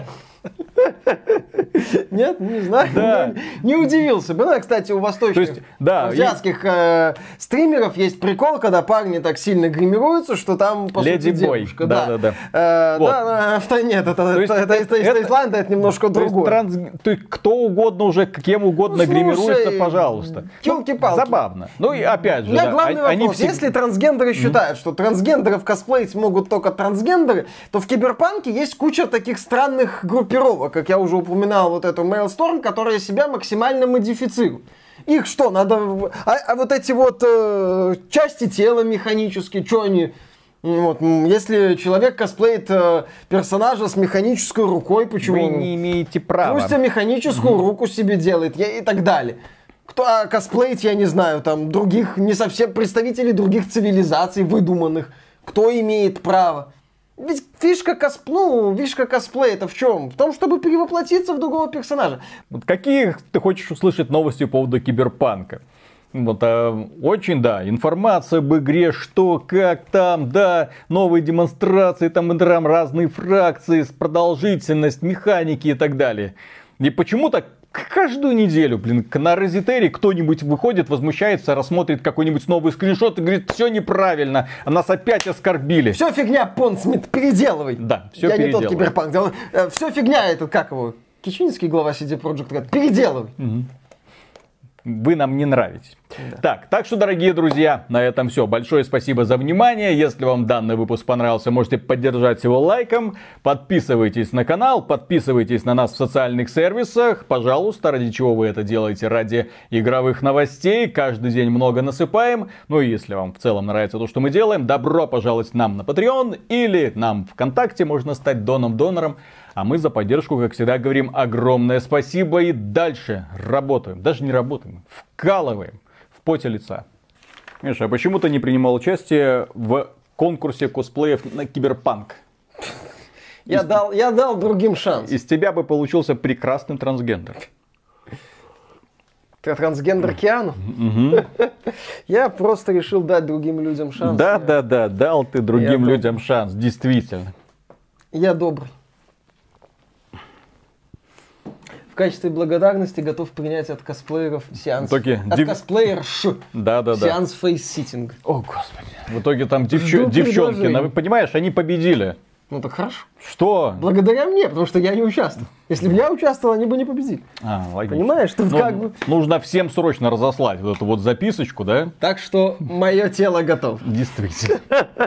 Нет, не знаю. Да. Не удивился бы. Ну, кстати, у восточных, азиатских стримеров есть прикол, когда парни так сильно гримируются, что там, по сути, девушка. Да. Нет, это из Таиланда, это немножко другое. То есть кто угодно уже, кем угодно гримируется, пожалуйста. Ёлки-палки. Забавно. Ну и опять же, у меня главный вопрос. Если трансгендеры считают, что трансгендеров косплеить могут только трансгендеры, то в Киберпанке есть куча таких странных группировок, как я уже упоминал, вот эту Mailstorm, которая себя максимально модифицирует. Их что, надо... А вот эти вот части тела механические, что они... Вот, если человек косплеит персонажа с механической рукой, почему? Вы не имеете права. Пусть механическую руку себе делает и так далее. Кто косплеит, я не знаю, там других, не совсем представителей других цивилизаций выдуманных. Кто имеет право? Ведь фишка косплея это в чем? В том, чтобы перевоплотиться в другого персонажа. Вот какие ты хочешь услышать новости по поводу Киберпанка? Вот, очень, да, информация об игре, что, как там, да, новые демонстрации, там разные фракции, продолжительность, механики и так далее. И почему-то каждую неделю, на Розетере кто-нибудь выходит, возмущается, рассмотрит какой-нибудь новый скриншот и говорит, все неправильно, нас опять оскорбили. Все фигня, Понсмит, переделывай. Да, все Я переделывай. не тот Киберпанк. Все фигня, этот, как его, Кичинский, глава CD Projekt говорит, переделывай. Вы нам не нравитесь. Да. Так что, дорогие друзья, на этом все. Большое спасибо за внимание. Если вам данный выпуск понравился, можете поддержать его лайком. Подписывайтесь на канал, подписывайтесь на нас в социальных сервисах. Пожалуйста, ради чего вы это делаете? Ради игровых новостей. Каждый день много насыпаем. Ну и если вам в целом нравится то, что мы делаем, добро пожаловать нам на Patreon или нам ВКонтакте. Можно стать донором. А мы за поддержку, как всегда, говорим огромное спасибо и дальше работаем. Даже не работаем, вкалываем в поте лица. Миша, а почему ты не принимал участие в конкурсе косплеев на Киберпанк? Я дал другим шанс. Из тебя бы получился прекрасный трансгендер. Ты трансгендер Киану? Я просто решил дать другим людям шанс. Да, дал ты другим людям шанс, действительно. Я добрый. В качестве благодарности готов принять от косплееров сеанс. От косплеерш сеанс фейс-ситинг. О, господи. В итоге там девчонки, понимаешь, они победили. Ну так хорошо. Что? Благодаря мне, потому что я не участвовал. Если бы я участвовал, они бы не победили. Логично. Понимаешь, тут как бы... Нужно всем срочно разослать вот эту вот записочку, да? Так что мое тело готово. Действительно.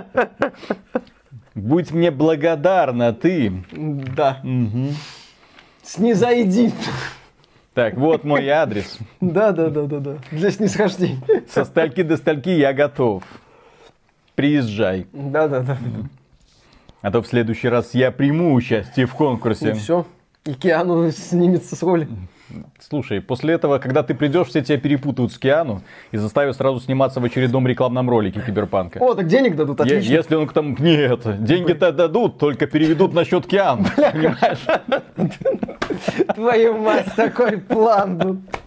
Будь мне благодарна, ты. Да. Снизойди. Так, вот мой адрес. Да. Для снисхождения. Со стальки до стальки я готов. Приезжай. Да. А то в следующий раз я приму участие в конкурсе. И все. И Киану снимется с роли. Слушай, после этого, когда ты придешь, все тебя перепутают с Киану и заставят сразу сниматься в очередном рекламном ролике Киберпанка. О, так денег дадут, отлично. Если он там... Нет, деньги-то дадут, только переведут на счет Киану. Понимаешь? Твою мать, такой план.